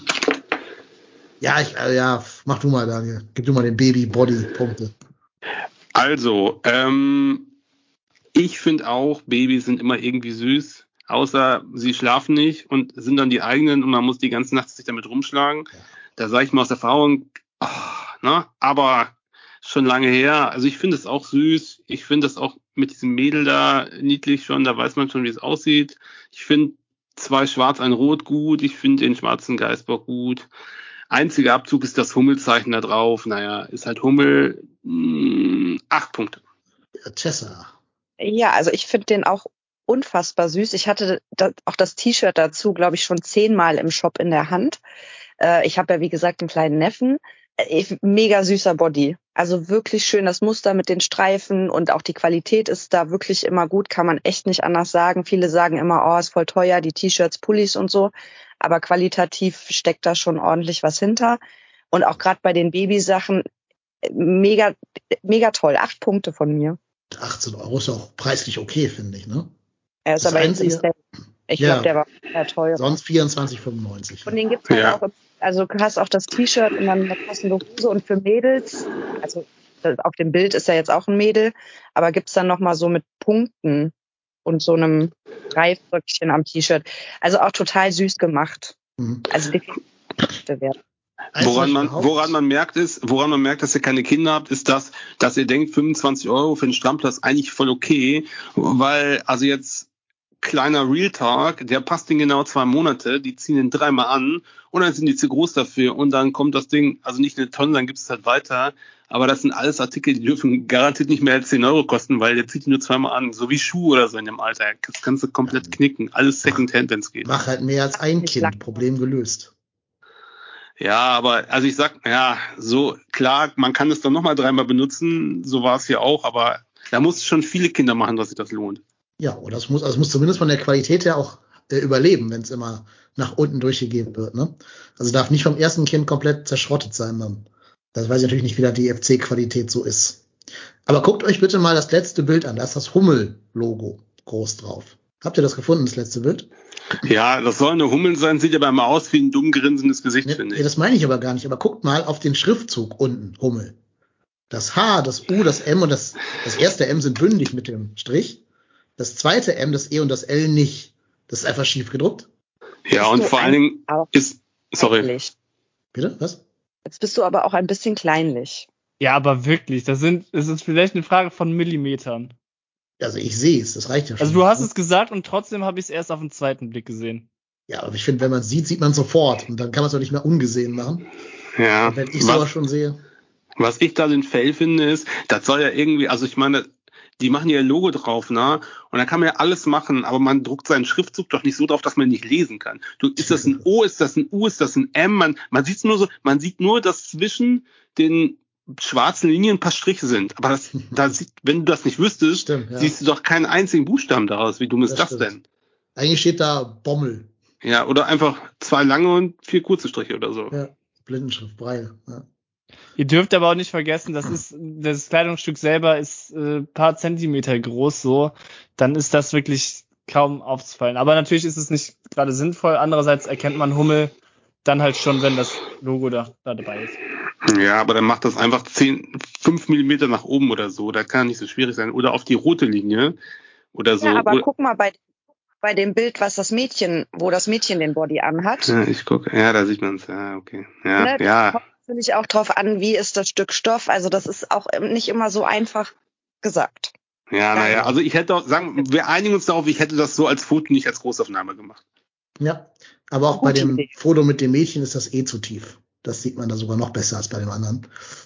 Ja, mach du mal, Daniel. Gib du mal den Baby-Body-Punkte. Also, ich finde auch, Babys sind immer irgendwie süß. außer sie schlafen nicht und sind dann die eigenen und man muss die ganze Nacht sich damit rumschlagen. Ja. Da sage ich mal aus Erfahrung, aber schon lange her. Also ich finde es auch süß. Ich finde es auch mit diesem Mädel da niedlich schon. Da weiß man schon, wie es aussieht. Ich finde 2 Schwarz, ein Rot gut. Ich finde den schwarzen Geißbock gut. Einziger Abzug ist das Hummelzeichen da drauf. Naja, ist halt Hummel. 8 Punkte. Tessa. Ja, also ich finde den auch unfassbar süß. Ich hatte auch das T-Shirt dazu, glaube ich, schon 10-mal im Shop in der Hand. Ich habe ja, wie gesagt, einen kleinen Neffen. Mega süßer Body. Also wirklich schön, das Muster mit den Streifen und auch die Qualität ist da wirklich immer gut, kann man echt nicht anders sagen. Viele sagen immer, oh, ist voll teuer, die T-Shirts, Pullis und so. Aber qualitativ steckt da schon ordentlich was hinter. Und auch gerade bei den Babysachen, mega, mega toll. 8 Punkte von mir. 18 Euro ist auch preislich okay, finde ich, ne? Er ist Das aber jetzt im Einzige- Sale. Ich Ja. glaube, der war sehr teuer. Sonst 24,95. Und den gibt's halt Ja. auch, also du hast auch das T-Shirt und dann eine passende Hose und für Mädels, also auf dem Bild ist ja jetzt auch ein Mädel, aber gibt's dann nochmal so mit Punkten und so einem Reifröckchen am T-Shirt. Also auch total süß gemacht. Mhm. Also definitiv wert. Woran man merkt, dass ihr keine Kinder habt, ist das, dass ihr denkt, 25 Euro für den Stammplatz eigentlich voll okay, weil, also jetzt kleiner Real Talk, der passt in genau 2 Monate, die ziehen ihn 3-mal an und dann sind die zu groß dafür und dann kommt das Ding, also nicht eine Tonne, dann gibt es halt weiter, aber das sind alles Artikel, die dürfen garantiert nicht mehr als 10 Euro kosten, weil der zieht die nur 2-mal an, so wie Schuhe oder so in dem Alter, das kannst du komplett knicken, alles Secondhand, wenn es geht. Mach halt mehr als ein Nicht Kind, lang. Problem gelöst. Ja, aber also ich sag, ja, so klar, man kann es dann nochmal 3-mal benutzen, so war es hier auch, aber da muss es schon viele Kinder machen, dass sich das lohnt. Ja, oder es muss zumindest von der Qualität her auch überleben, wenn es immer nach unten durchgegeben wird, ne? Also darf nicht vom ersten Kind komplett zerschrottet sein, dann. Das weiß ich natürlich nicht, wie da die FC-Qualität so ist. Aber guckt euch bitte mal das letzte Bild an. Da ist das Hummel-Logo groß drauf. Habt ihr das gefunden, das letzte Bild? Ja, das soll eine Hummel sein, sieht aber immer aus wie ein dumm grinsendes Gesicht, finde Nee, ich. das meine ich aber gar nicht. Aber guckt mal auf den Schriftzug unten, Hummel. Das H, das U, das M und das erste M sind bündig mit dem Strich. Das zweite M, das E und das L nicht. Das ist einfach schief gedruckt. Ja, und vor allen Dingen sorry. Kleinlich. Bitte? Was? Jetzt bist du aber auch ein bisschen kleinlich. Ja, aber wirklich, es ist vielleicht eine Frage von Millimetern. Also ich sehe es, das reicht ja schon. Also du hast es gesagt und trotzdem habe ich es erst auf den zweiten Blick gesehen. Ja, aber ich finde, wenn man es sieht, sieht man es sofort. Und dann kann man es doch nicht mehr ungesehen machen. Ja. Und wenn ich es aber schon sehe. Was ich da den Fail finde, ist, das soll ja irgendwie, also ich meine, die machen ja ihr Logo drauf, ne? Und da kann man ja alles machen, aber man druckt seinen Schriftzug doch nicht so drauf, dass man ihn nicht lesen kann. Ist das ein O, ist das ein U, ist das ein M? Man sieht nur so, man sieht nur, dass zwischen den schwarzen Linien ein paar Striche sind. Aber wenn du das nicht wüsstest, Stimmt, ja. siehst du doch keinen einzigen Buchstaben daraus. Wie dumm ist das denn? Eigentlich steht da Bommel. Ja, oder einfach 2 lange und 4 kurze Striche oder so. Ja, Blindenschrift, Braille. Ja. Ihr dürft aber auch nicht vergessen, das Kleidungsstück selber ist paar Zentimeter groß, so. Dann ist das wirklich kaum aufzufallen. Aber natürlich ist es nicht gerade sinnvoll. Andererseits erkennt man Hummel dann halt schon, wenn das Logo da dabei ist. Ja, aber dann macht das einfach 5 Millimeter nach oben oder so. Da kann nicht so schwierig sein. Oder auf die rote Linie oder so. Ja, aber guck mal bei dem Bild, wo das Mädchen den Body anhat. Ja, ich gucke. Ja, da sieht man es. Ja, okay. Ja, Ne, ja. kommt natürlich auch drauf an, wie ist das Stück Stoff. Also das ist auch nicht immer so einfach gesagt. Ja, naja, also ich hätte auch, wir einigen uns darauf, ich hätte das so als Foto nicht als Großaufnahme gemacht. Ja, aber auch Gute bei dem Idee. Foto mit dem Mädchen ist das zu tief. Das sieht man da sogar noch besser als bei dem anderen.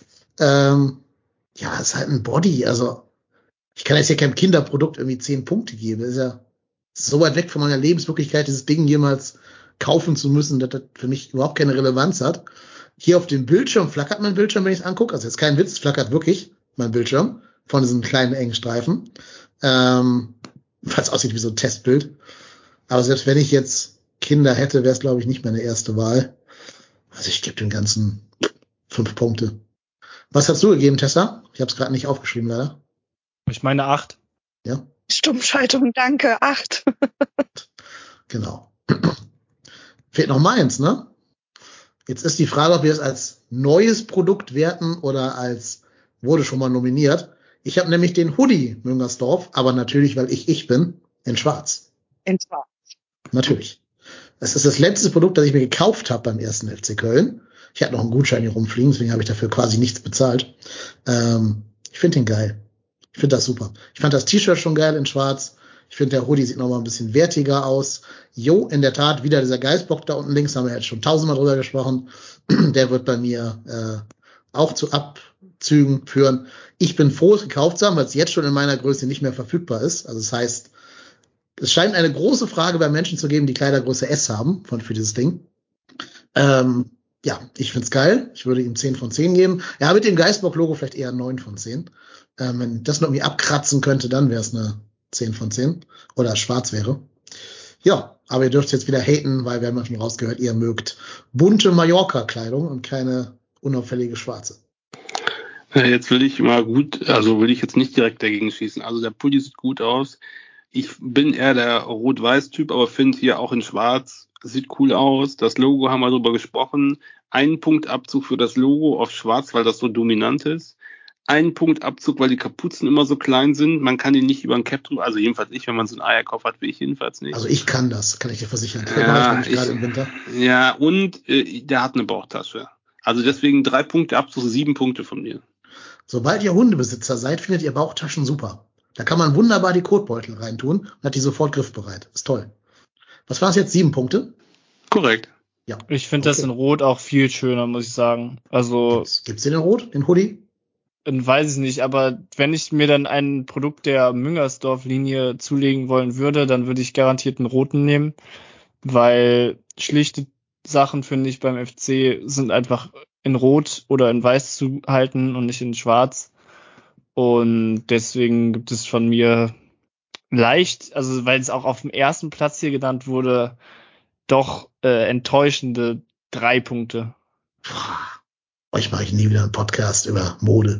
Ja, es ist halt ein Body. Also ich kann jetzt hier keinem Kinderprodukt irgendwie 10 Punkte geben. Das ist ja so weit weg von meiner Lebenswirklichkeit, dieses Ding jemals kaufen zu müssen, dass das für mich überhaupt keine Relevanz hat. Hier auf dem Bildschirm flackert mein Bildschirm, wenn ich es angucke. Also jetzt kein Witz, flackert wirklich mein Bildschirm von diesen kleinen engen Streifen. Weil es aussieht wie so ein Testbild. Aber selbst wenn ich jetzt Kinder hätte, wäre es, glaube ich, nicht meine erste Wahl. Also ich gebe dem Ganzen 5 Punkte. Was hast du gegeben, Tessa? Ich habe es gerade nicht aufgeschrieben, leider. Ich meine 8. Ja, Stummschaltung, danke, 8. genau. Fehlt noch meins, ne? Jetzt ist die Frage, ob wir es als neues Produkt werten oder als wurde schon mal nominiert. Ich habe nämlich den Hoodie Müngersdorf, aber natürlich, weil ich bin, in schwarz. In schwarz. Natürlich. Das ist das letzte Produkt, das ich mir gekauft habe beim ersten FC Köln. Ich hatte noch einen Gutschein hier rumfliegen, deswegen habe ich dafür quasi nichts bezahlt. Ich finde den geil. Ich finde das super. Ich fand das T-Shirt schon geil in schwarz. Ich finde, der Hoodie sieht noch mal ein bisschen wertiger aus. Jo, in der Tat, wieder dieser Geistbock da unten links, haben wir jetzt schon 1000-mal drüber gesprochen. Der wird bei mir auch zu Abzügen führen. Ich bin froh, es gekauft zu haben, weil es jetzt schon in meiner Größe nicht mehr verfügbar ist. Also das heißt, es scheint eine große Frage bei Menschen zu geben, die Kleidergröße S haben für dieses Ding. Ja, ich find's geil. Ich würde ihm 10 von 10 geben. Ja, mit dem Geistbock-Logo vielleicht eher 9 von 10. Wenn das noch irgendwie abkratzen könnte, dann wäre es eine 10 von 10. Oder schwarz wäre. Ja, aber ihr dürft jetzt wieder haten, weil wir haben ja schon rausgehört, ihr mögt bunte Mallorca-Kleidung und keine unauffällige schwarze. Jetzt will ich jetzt nicht direkt dagegen schießen. Also der Pulli sieht gut aus. Ich bin eher der Rot-Weiß-Typ, aber finde hier auch in Schwarz, sieht cool aus. Das Logo haben wir drüber gesprochen. 1 Punkt Abzug für das Logo auf Schwarz, weil das so dominant ist. 1 Punkt Abzug, weil die Kapuzen immer so klein sind. Man kann die nicht über ein Cap drüber, also jedenfalls nicht, wenn man so einen Eierkopf hat, wie ich jedenfalls nicht. Also ich kann ich dir versichern. Das Ja, mache ich nämlich gerade im Winter. Ja, und der hat eine Bauchtasche. Also deswegen 3 Punkte Abzug, 7 Punkte von mir. Sobald ihr Hundebesitzer seid, findet ihr Bauchtaschen super. Da kann man wunderbar die Kotbeutel reintun und hat die sofort griffbereit. Ist toll. Was waren es jetzt? 7 Punkte? Korrekt. Ja. Ich finde das in Rot auch viel schöner, muss ich sagen. Also Gibt's den in Rot, den Hoodie? weiß ich nicht, aber wenn ich mir dann ein Produkt der Müngersdorf-Linie zulegen wollen würde, dann würde ich garantiert einen roten nehmen, weil schlichte Sachen, finde ich, beim FC sind einfach in Rot oder in Weiß zu halten und nicht in Schwarz. Und deswegen gibt es von mir leicht, also weil es auch auf dem ersten Platz hier genannt wurde, doch enttäuschende 3 Punkte. Euch mache ich nie wieder einen Podcast über Mode.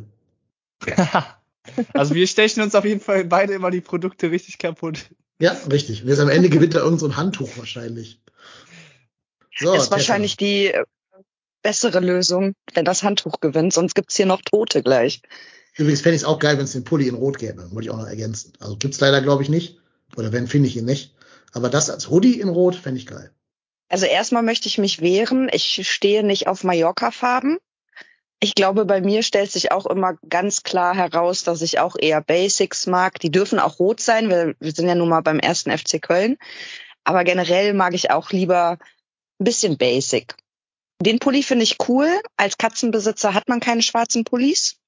Also wir stechen uns auf jeden Fall beide immer die Produkte richtig kaputt. Ja, richtig. Und jetzt am Ende gewinnt da irgend so ein Handtuch wahrscheinlich. So, ist wahrscheinlich die bessere Lösung, wenn das Handtuch gewinnt, sonst gibt's hier noch Tote gleich. Übrigens fände ich es auch geil, wenn es den Pulli in Rot gäbe. Wollte ich auch noch ergänzen. Also gibt's leider, glaube ich, nicht. Oder wenn, finde ich ihn nicht. Aber das als Hoodie in Rot fände ich geil. Also erstmal möchte ich mich wehren. Ich stehe nicht auf Mallorca-Farben. Ich glaube, bei mir stellt sich auch immer ganz klar heraus, dass ich auch eher Basics mag. Die dürfen auch rot sein. Wir sind ja nun mal beim ersten FC Köln. Aber generell mag ich auch lieber ein bisschen Basic. Den Pulli finde ich cool. Als Katzenbesitzer hat man keine schwarzen Pullis.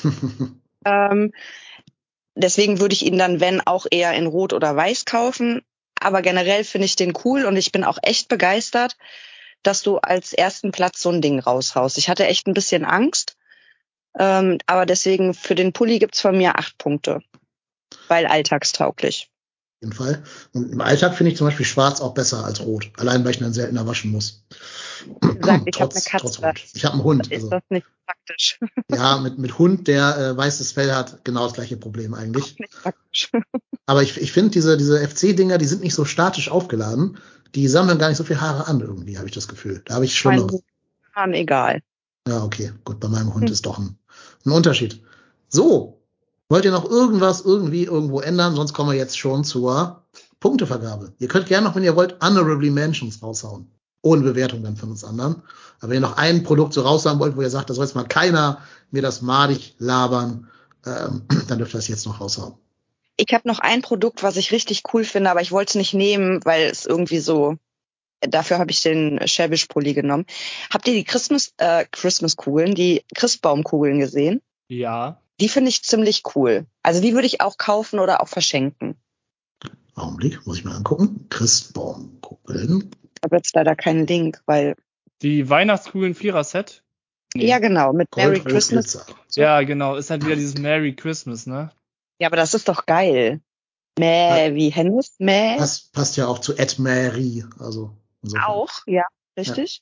Deswegen würde ich ihn dann, wenn, auch eher in Rot oder Weiß kaufen. Aber generell finde ich den cool und ich bin auch echt begeistert, dass du als ersten Platz so ein Ding raushaust. Ich hatte echt ein bisschen Angst. Aber deswegen für den Pulli gibt's von mir 8 Punkte. Weil alltagstauglich. Auf jeden Fall. Und im Alltag finde ich zum Beispiel schwarz auch besser als rot. Allein, weil ich ihn dann seltener waschen muss. Wie gesagt, ich habe eine Katze. Ich habe einen Hund. Ist das nicht praktisch? Ja, mit Hund, der weißes Fell hat, genau das gleiche Problem eigentlich. Nicht praktisch. Aber ich finde, diese FC-Dinger, die sind nicht so statisch aufgeladen. Die sammeln gar nicht so viel Haare an irgendwie, habe ich das Gefühl. Da habe ich Schlimmeres. Egal. Ja, okay. Gut, bei meinem Hund ist doch ein Unterschied. So. Wollt ihr noch irgendwas irgendwo ändern? Sonst kommen wir jetzt schon zur Punktevergabe. Ihr könnt gerne noch, wenn ihr wollt, Honorably Mentions raushauen. Ohne Bewertung dann von uns anderen. Aber wenn ihr noch ein Produkt so raushauen wollt, wo ihr sagt, da soll jetzt mal keiner mir das madig labern, dann dürft ihr das jetzt noch raushauen. Ich habe noch ein Produkt, was ich richtig cool finde, aber ich wollte es nicht nehmen, weil es irgendwie so, dafür habe ich den Schäbisch-Pulli genommen. Habt ihr die Christmas-Kugeln, die Christbaumkugeln gesehen? Ja. Die finde ich ziemlich cool. Also die würde ich auch kaufen oder auch verschenken. Augenblick, muss ich mal angucken. Christbaumkugeln. Ich habe jetzt leider keinen Link, weil... Die Weihnachtskugeln Vierer-Set? Nee. Ja, genau, mit Gold, Merry Rot, Christmas. Glitzer. So. Ja, genau, ist halt wieder dieses Merry Christmas, ne? Ja, aber das ist doch geil. Wie Hennes? Passt ja auch zu Ed Mary. Also insofern. Auch, ja, richtig.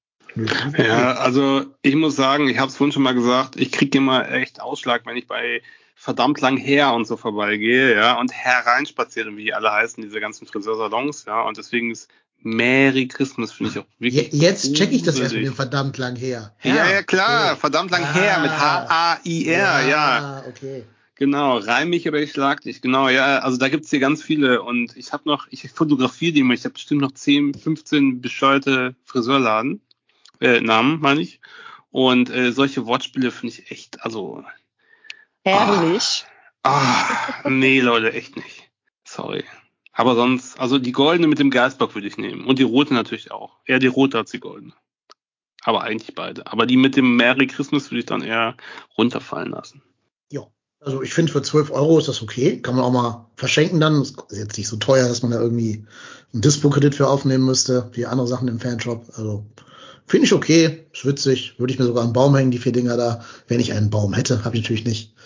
Ja, also ich muss sagen, ich habe es vorhin schon mal gesagt, ich kriege immer echt Ausschlag, wenn ich bei verdammt lang her und so vorbeigehe, ja, und hereinspazieren, wie die alle heißen, diese ganzen Friseursalons, ja, und deswegen ist Merry Christmas, finde ich auch wirklich Jetzt check ich das erst mit dem verdammt lang her. Ja, klar, okay. Verdammt lang her mit H-A-I-R, ja. Okay. Genau, reim mich oder ich schlag dich. Genau, ja, also da gibt's hier ganz viele und ich fotografiere die immer. Ich habe bestimmt noch 10, 15 bescheuerte Friseurladen, Namen meine ich. Und solche Wortspiele finde ich echt, also Herrlich. nee, Leute, echt nicht. Sorry. Aber sonst, also die goldene mit dem Geistbock würde ich nehmen. Und die rote natürlich auch. Eher die rote als die goldene. Aber eigentlich beide. Aber die mit dem Merry Christmas würde ich dann eher runterfallen lassen. Ja, also ich finde für 12 Euro ist das okay. Kann man auch mal verschenken dann. Ist jetzt nicht so teuer, dass man da irgendwie einen Dispo-Kredit für aufnehmen müsste, wie andere Sachen im Fanshop. Also finde ich okay, ist witzig. Würde ich mir sogar einen Baum hängen, die 4 Dinger da. Wenn ich einen Baum hätte, habe ich natürlich nicht.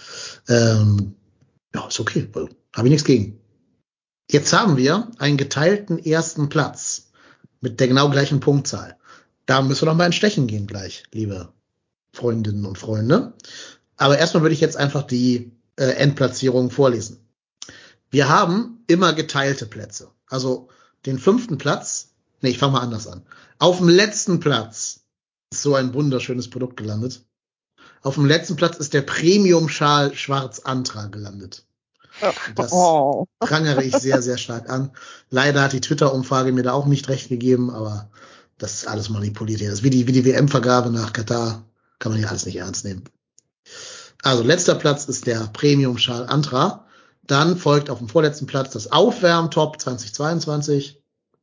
Ja, ist okay. Also, habe ich nichts gegen. Jetzt haben wir einen geteilten ersten Platz mit der genau gleichen Punktzahl. Da müssen wir noch mal ins Stechen gehen gleich, liebe Freundinnen und Freunde. Aber erstmal würde ich jetzt einfach die Endplatzierung vorlesen. Wir haben immer geteilte Plätze. Also den 5. Platz, nee, ich fange mal anders an. Auf dem letzten Platz ist so ein wunderschönes Produkt gelandet. Auf dem letzten Platz ist der Premium-Schal Schwarz Antra gelandet. Das prangere ich sehr, sehr stark an. Leider hat die Twitter-Umfrage mir da auch nicht recht gegeben, aber das ist alles manipuliert hier. Das ist wie die WM-Vergabe nach Katar. Kann man hier alles nicht ernst nehmen. Also letzter Platz ist der Premium-Schal Antra. Dann folgt auf dem vorletzten Platz das Aufwärm-Top 2022.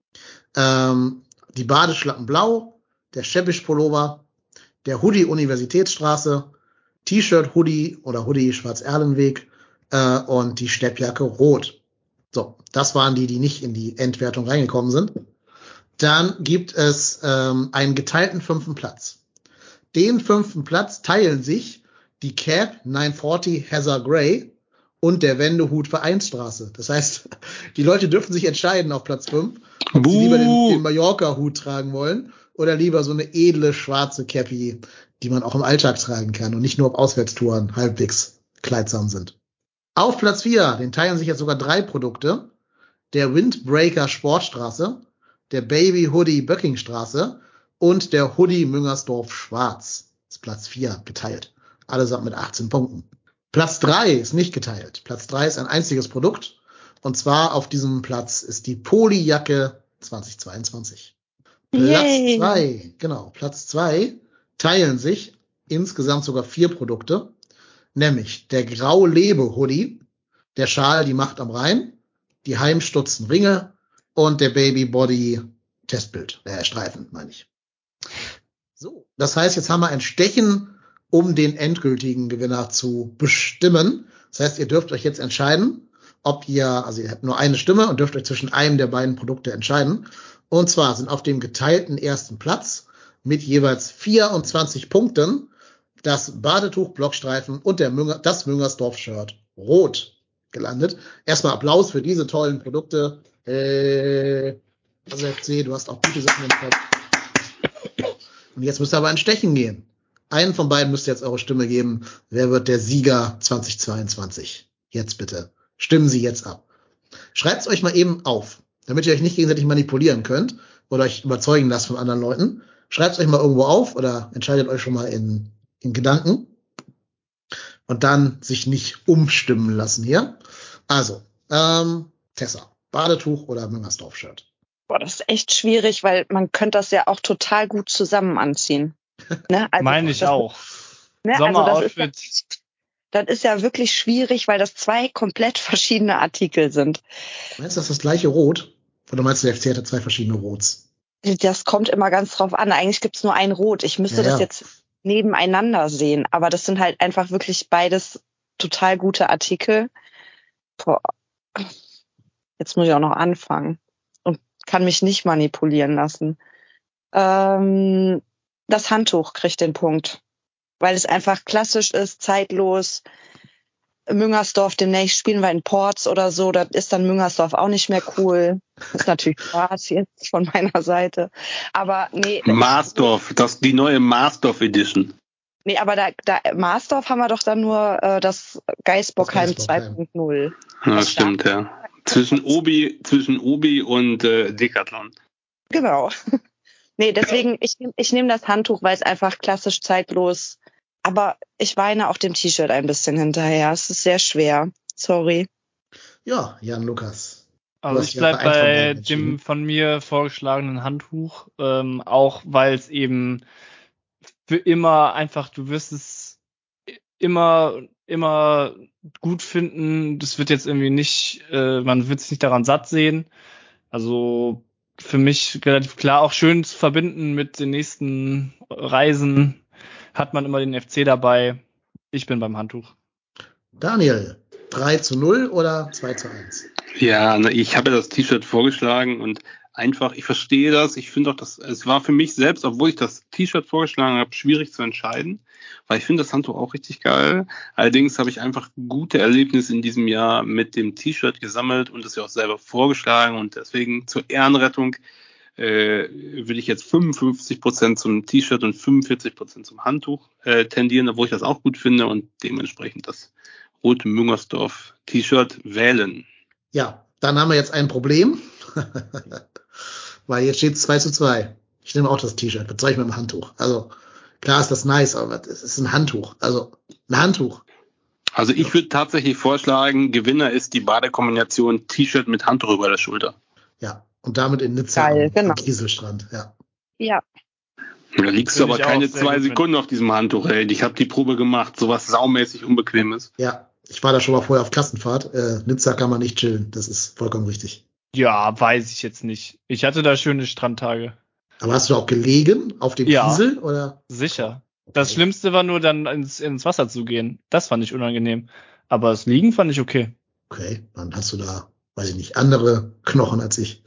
Die Badeschlappen Blau, der Schäbisch-Pullover, der Hoodie Universitätsstraße, T-Shirt Hoodie oder Hoodie Schwarz-Erlenweg und die Steppjacke Rot. So, das waren die nicht in die Endwertung reingekommen sind. Dann gibt es einen geteilten 5. Platz. Den 5. Platz teilen sich die Cap 940 Heather Gray und der Wendehut Vereinsstraße. Das heißt, die Leute dürfen sich entscheiden auf Platz 5, ob sie lieber den Mallorca-Hut tragen wollen oder lieber so eine edle schwarze Cappy, die man auch im Alltag tragen kann und nicht nur auf Auswärtstouren halbwegs kleidsam sind. Auf Platz 4, den teilen sich jetzt sogar 3 Produkte. Der Windbreaker Sportstraße, der Baby Hoodie Böckingstraße und der Hoodie Müngersdorf Schwarz. Das ist Platz 4 geteilt. Allesamt mit 18 Punkten. Platz 3 ist nicht geteilt. Platz 3 ist ein einziges Produkt. Und zwar auf diesem Platz ist die Polyjacke 2022. Platz 2, genau, Platz 2 teilen sich insgesamt sogar 4 Produkte. Nämlich der Grau-Lebe-Hoodie, der Schal Die Macht am Rhein, die Heimstutzen Ringe und der Baby Body Testbild, Streifen, meine ich. So, das heißt, jetzt haben wir ein Stechen, um den endgültigen Gewinner zu bestimmen. Das heißt, ihr dürft euch jetzt entscheiden, ob ihr habt nur eine Stimme und dürft euch zwischen einem der beiden Produkte entscheiden. Und zwar sind auf dem geteilten ersten Platz mit jeweils 24 Punkten das Badetuch Blockstreifen und das Müngersdorf-Shirt Rot gelandet. Erstmal Applaus für diese tollen Produkte. Also FC, du hast auch gute Sachen im Kopf. Und jetzt müsst ihr aber ein Stechen gehen. Einen von beiden müsst ihr jetzt eure Stimme geben. Wer wird der Sieger 2022? Jetzt bitte. Stimmen Sie jetzt ab. Schreibt's euch mal eben auf, damit ihr euch nicht gegenseitig manipulieren könnt oder euch überzeugen lasst von anderen Leuten. Schreibt's euch mal irgendwo auf oder entscheidet euch schon mal in Gedanken und dann sich nicht umstimmen lassen hier. Also, Tessa, Badetuch oder Müngersdorf-Shirt? Boah, das ist echt schwierig, weil man könnte das ja auch total gut zusammen anziehen. Ne? Also, meine ich auch. Ne? Sommeroutfit. Das ist ja wirklich schwierig, weil das 2 komplett verschiedene Artikel sind. Meinst du, das ist das gleiche Rot? Oder meinst du, der FC hatte 2 verschiedene Rots? Das kommt immer ganz drauf an. Eigentlich gibt's nur ein Rot. Ich müsste das jetzt nebeneinander sehen. Aber das sind halt einfach wirklich beides total gute Artikel. Boah. Jetzt muss ich auch noch anfangen und kann mich nicht manipulieren lassen. Das Handtuch kriegt den Punkt, weil es einfach klassisch ist, zeitlos. Müngersdorf demnächst spielen wir in Ports oder so, da ist dann Müngersdorf auch nicht mehr cool. Das ist natürlich Spaß jetzt von meiner Seite. Aber nee. Marsdorf, die neue Marsdorf Edition. Nee, aber da Marsdorf haben wir doch dann nur das Geisbockheim 2.0. Ja, das stimmt, ja. Zwischen Obi und Decathlon. Genau. Nee, deswegen, ich nehm das Handtuch, weil es einfach klassisch zeitlos aber ich weine auch dem T-Shirt ein bisschen hinterher. Es ist sehr schwer. Sorry. Ja, Jan Lukas. Also ich bleib bei dem von mir vorgeschlagenen Handtuch, auch weil es eben für immer einfach, du wirst es immer gut finden. Das wird jetzt irgendwie nicht, man wird sich nicht daran satt sehen. Also für mich relativ klar, auch schön zu verbinden mit den nächsten Reisen. Hat man immer den FC dabei. Ich bin beim Handtuch. Daniel, 3-0 oder 2-1? Ja, ich habe das T-Shirt vorgeschlagen und einfach, ich verstehe das. Ich finde auch, es war für mich selbst, obwohl ich das T-Shirt vorgeschlagen habe, schwierig zu entscheiden, weil ich finde das Handtuch auch richtig geil. Allerdings habe ich einfach gute Erlebnisse in diesem Jahr mit dem T-Shirt gesammelt und es ja auch selber vorgeschlagen und deswegen zur Ehrenrettung will ich jetzt 55% zum T-Shirt und 45% zum Handtuch tendieren, obwohl ich das auch gut finde und dementsprechend das rote Müngersdorf T-Shirt wählen. Ja, dann haben wir jetzt ein Problem, weil jetzt steht es 2-2. Ich nehme auch das T-Shirt. Was soll ich mit dem Handtuch? Also klar ist das nice, aber es ist ein Handtuch. Also ein Handtuch. Also ich würde tatsächlich vorschlagen, Gewinner ist die Badekombination T-Shirt mit Handtuch über der Schulter. Ja, und damit in Nizza am Kieselstrand. Ja. Da liegst du aber keine 2 Sekunden auf diesem Handtuch, ey. Ich habe die Probe gemacht, sowas saumäßig Unbequemes. Ja, ich war da schon mal vorher auf Klassenfahrt. Nizza kann man nicht chillen, das ist vollkommen richtig. Ja, weiß ich jetzt nicht. Ich hatte da schöne Strandtage. Aber hast du auch gelegen auf dem Kiesel? Oder? Sicher. Okay. Das Schlimmste war nur dann ins Wasser zu gehen. Das fand ich unangenehm. Aber das Liegen fand ich okay. Okay, dann hast du da, weiß ich nicht, andere Knochen als ich.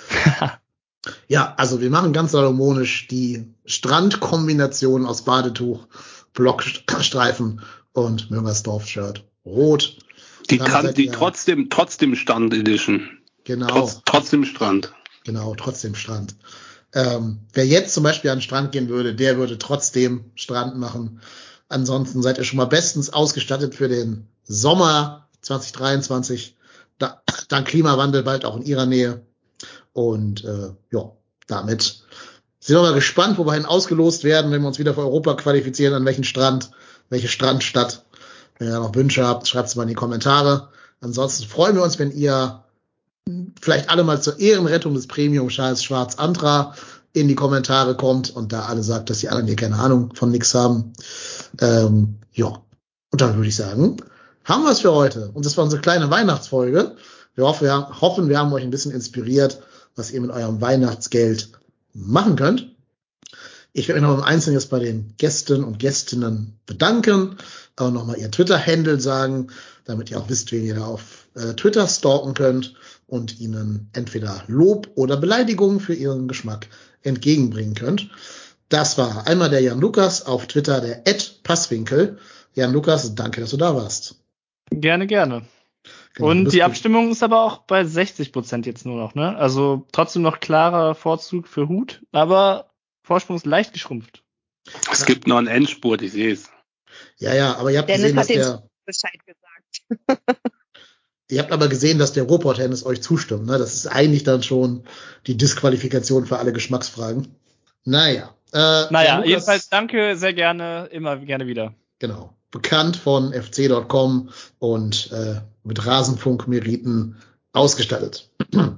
Ja, also wir machen ganz salomonisch die Strandkombination aus Badetuch, Blockstreifen und Müngersdorf-Shirt. Rot. Die trotzdem Strand Edition. Genau. Trotzdem Strand. Genau, trotzdem Strand. Wer jetzt zum Beispiel an den Strand gehen würde, der würde trotzdem Strand machen. Ansonsten seid ihr schon mal bestens ausgestattet für den Sommer 2023. Dank Klimawandel bald auch in ihrer Nähe. Und ja, damit sind wir mal gespannt, wo wir hin ausgelost werden, wenn wir uns wieder für Europa qualifizieren, an welchen Strand, welche Strandstadt. Wenn ihr noch Wünsche habt, schreibt es mal in die Kommentare. Ansonsten freuen wir uns, wenn ihr vielleicht alle mal zur Ehrenrettung des Premium-Schals Schwarz Antra in die Kommentare kommt und da alle sagt, dass die anderen hier keine Ahnung von nix haben. Ja, und dann würde ich sagen, haben wir es für heute. Und das war unsere kleine Weihnachtsfolge. Wir hoffen, wir haben euch ein bisschen inspiriert, was ihr mit eurem Weihnachtsgeld machen könnt. Ich werde mich noch im Einzelnen jetzt bei den Gästen und Gästinnen bedanken, aber nochmal ihr Twitter-Handle sagen, damit ihr auch wisst, wen ihr da auf Twitter stalken könnt und ihnen entweder Lob oder Beleidigungen für ihren Geschmack entgegenbringen könnt. Das war einmal der Jan Lukas, auf Twitter der @Passwinkel. Jan Lukas, danke, dass du da warst. Gerne. Genau, und die Abstimmung ist aber auch bei 60% jetzt nur noch, ne? Also trotzdem noch klarer Vorzug für Hut, aber Vorsprung ist leicht geschrumpft. Es gibt noch einen Endspurt, ich sehe es. Ja, aber ihr habt gesehen, dass Bescheid gesagt. Ihr habt aber gesehen, dass der Ruhrpott-Tennis euch zustimmt. Ne? Das ist eigentlich dann schon die Disqualifikation für alle Geschmacksfragen. Naja, jedenfalls danke, sehr gerne, immer gerne wieder. Genau. Bekannt von fc.com und mit Rasenfunk-Meriten ausgestattet.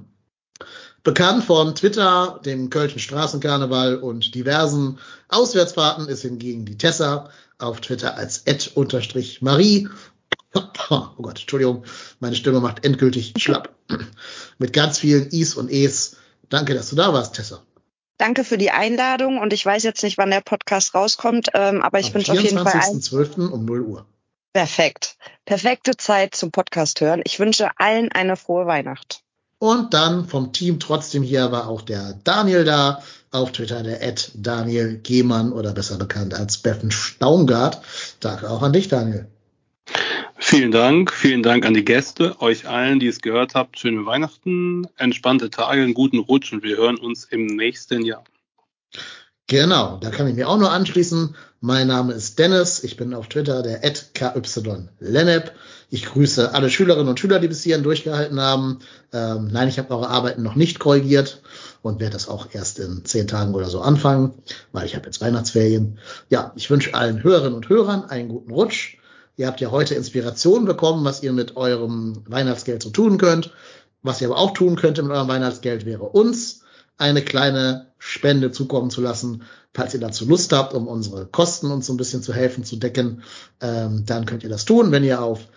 Bekannt von Twitter, dem Kölschen Straßenkarneval und diversen Auswärtsfahrten ist hingegen die Tessa auf Twitter als @Marie. Oh Gott, Entschuldigung, meine Stimme macht endgültig schlapp. Mit ganz vielen Is und Es. Danke, dass du da warst, Tessa. Danke für die Einladung und ich weiß jetzt nicht, wann der Podcast rauskommt, aber ich wünsche auf jeden Fall am 24.12. um 0 Uhr. Perfekt. Perfekte Zeit zum Podcast hören. Ich wünsche allen eine frohe Weihnacht. Und dann vom Team trotzdem hier war auch der Daniel da, auf Twitter der @Daniel Gehmann oder besser bekannt als Beffen Staungart. Danke auch an dich, Daniel. Vielen Dank an die Gäste, euch allen, die es gehört habt. Schöne Weihnachten, entspannte Tage, einen guten Rutsch und wir hören uns im nächsten Jahr. Genau, da kann ich mir auch nur anschließen. Mein Name ist Dennis, ich bin auf Twitter der @KYLennep. Ich grüße alle Schülerinnen und Schüler, die bis hierhin durchgehalten haben. Nein, ich habe eure Arbeiten noch nicht korrigiert und werde das auch erst in 10 Tagen oder so anfangen, weil ich habe jetzt Weihnachtsferien. Ja, ich wünsche allen Hörerinnen und Hörern einen guten Rutsch. Ihr habt ja heute Inspiration bekommen, was ihr mit eurem Weihnachtsgeld so tun könnt. Was ihr aber auch tun könnt mit eurem Weihnachtsgeld, wäre uns eine kleine Spende zukommen zu lassen, falls ihr dazu Lust habt, um unsere Kosten uns so ein bisschen zu helfen, zu decken. Dann könnt ihr das tun, wenn ihr auf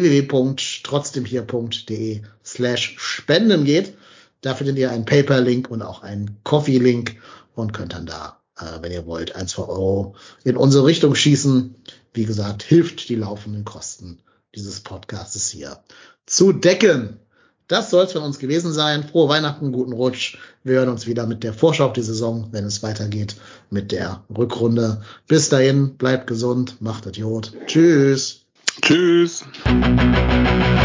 www.trotzdemhier.de/spenden geht. Da findet ihr einen PayPal-Link und auch einen Coffee-Link und könnt dann da, wenn ihr wollt, 1, 2 Euro in unsere Richtung schießen. Wie gesagt, hilft die laufenden Kosten dieses Podcastes hier zu decken. Das soll es von uns gewesen sein. Frohe Weihnachten, guten Rutsch. Wir hören uns wieder mit der Vorschau auf die Saison, wenn es weitergeht mit der Rückrunde. Bis dahin, bleibt gesund, macht Idiot. Tschüss. Tschüss.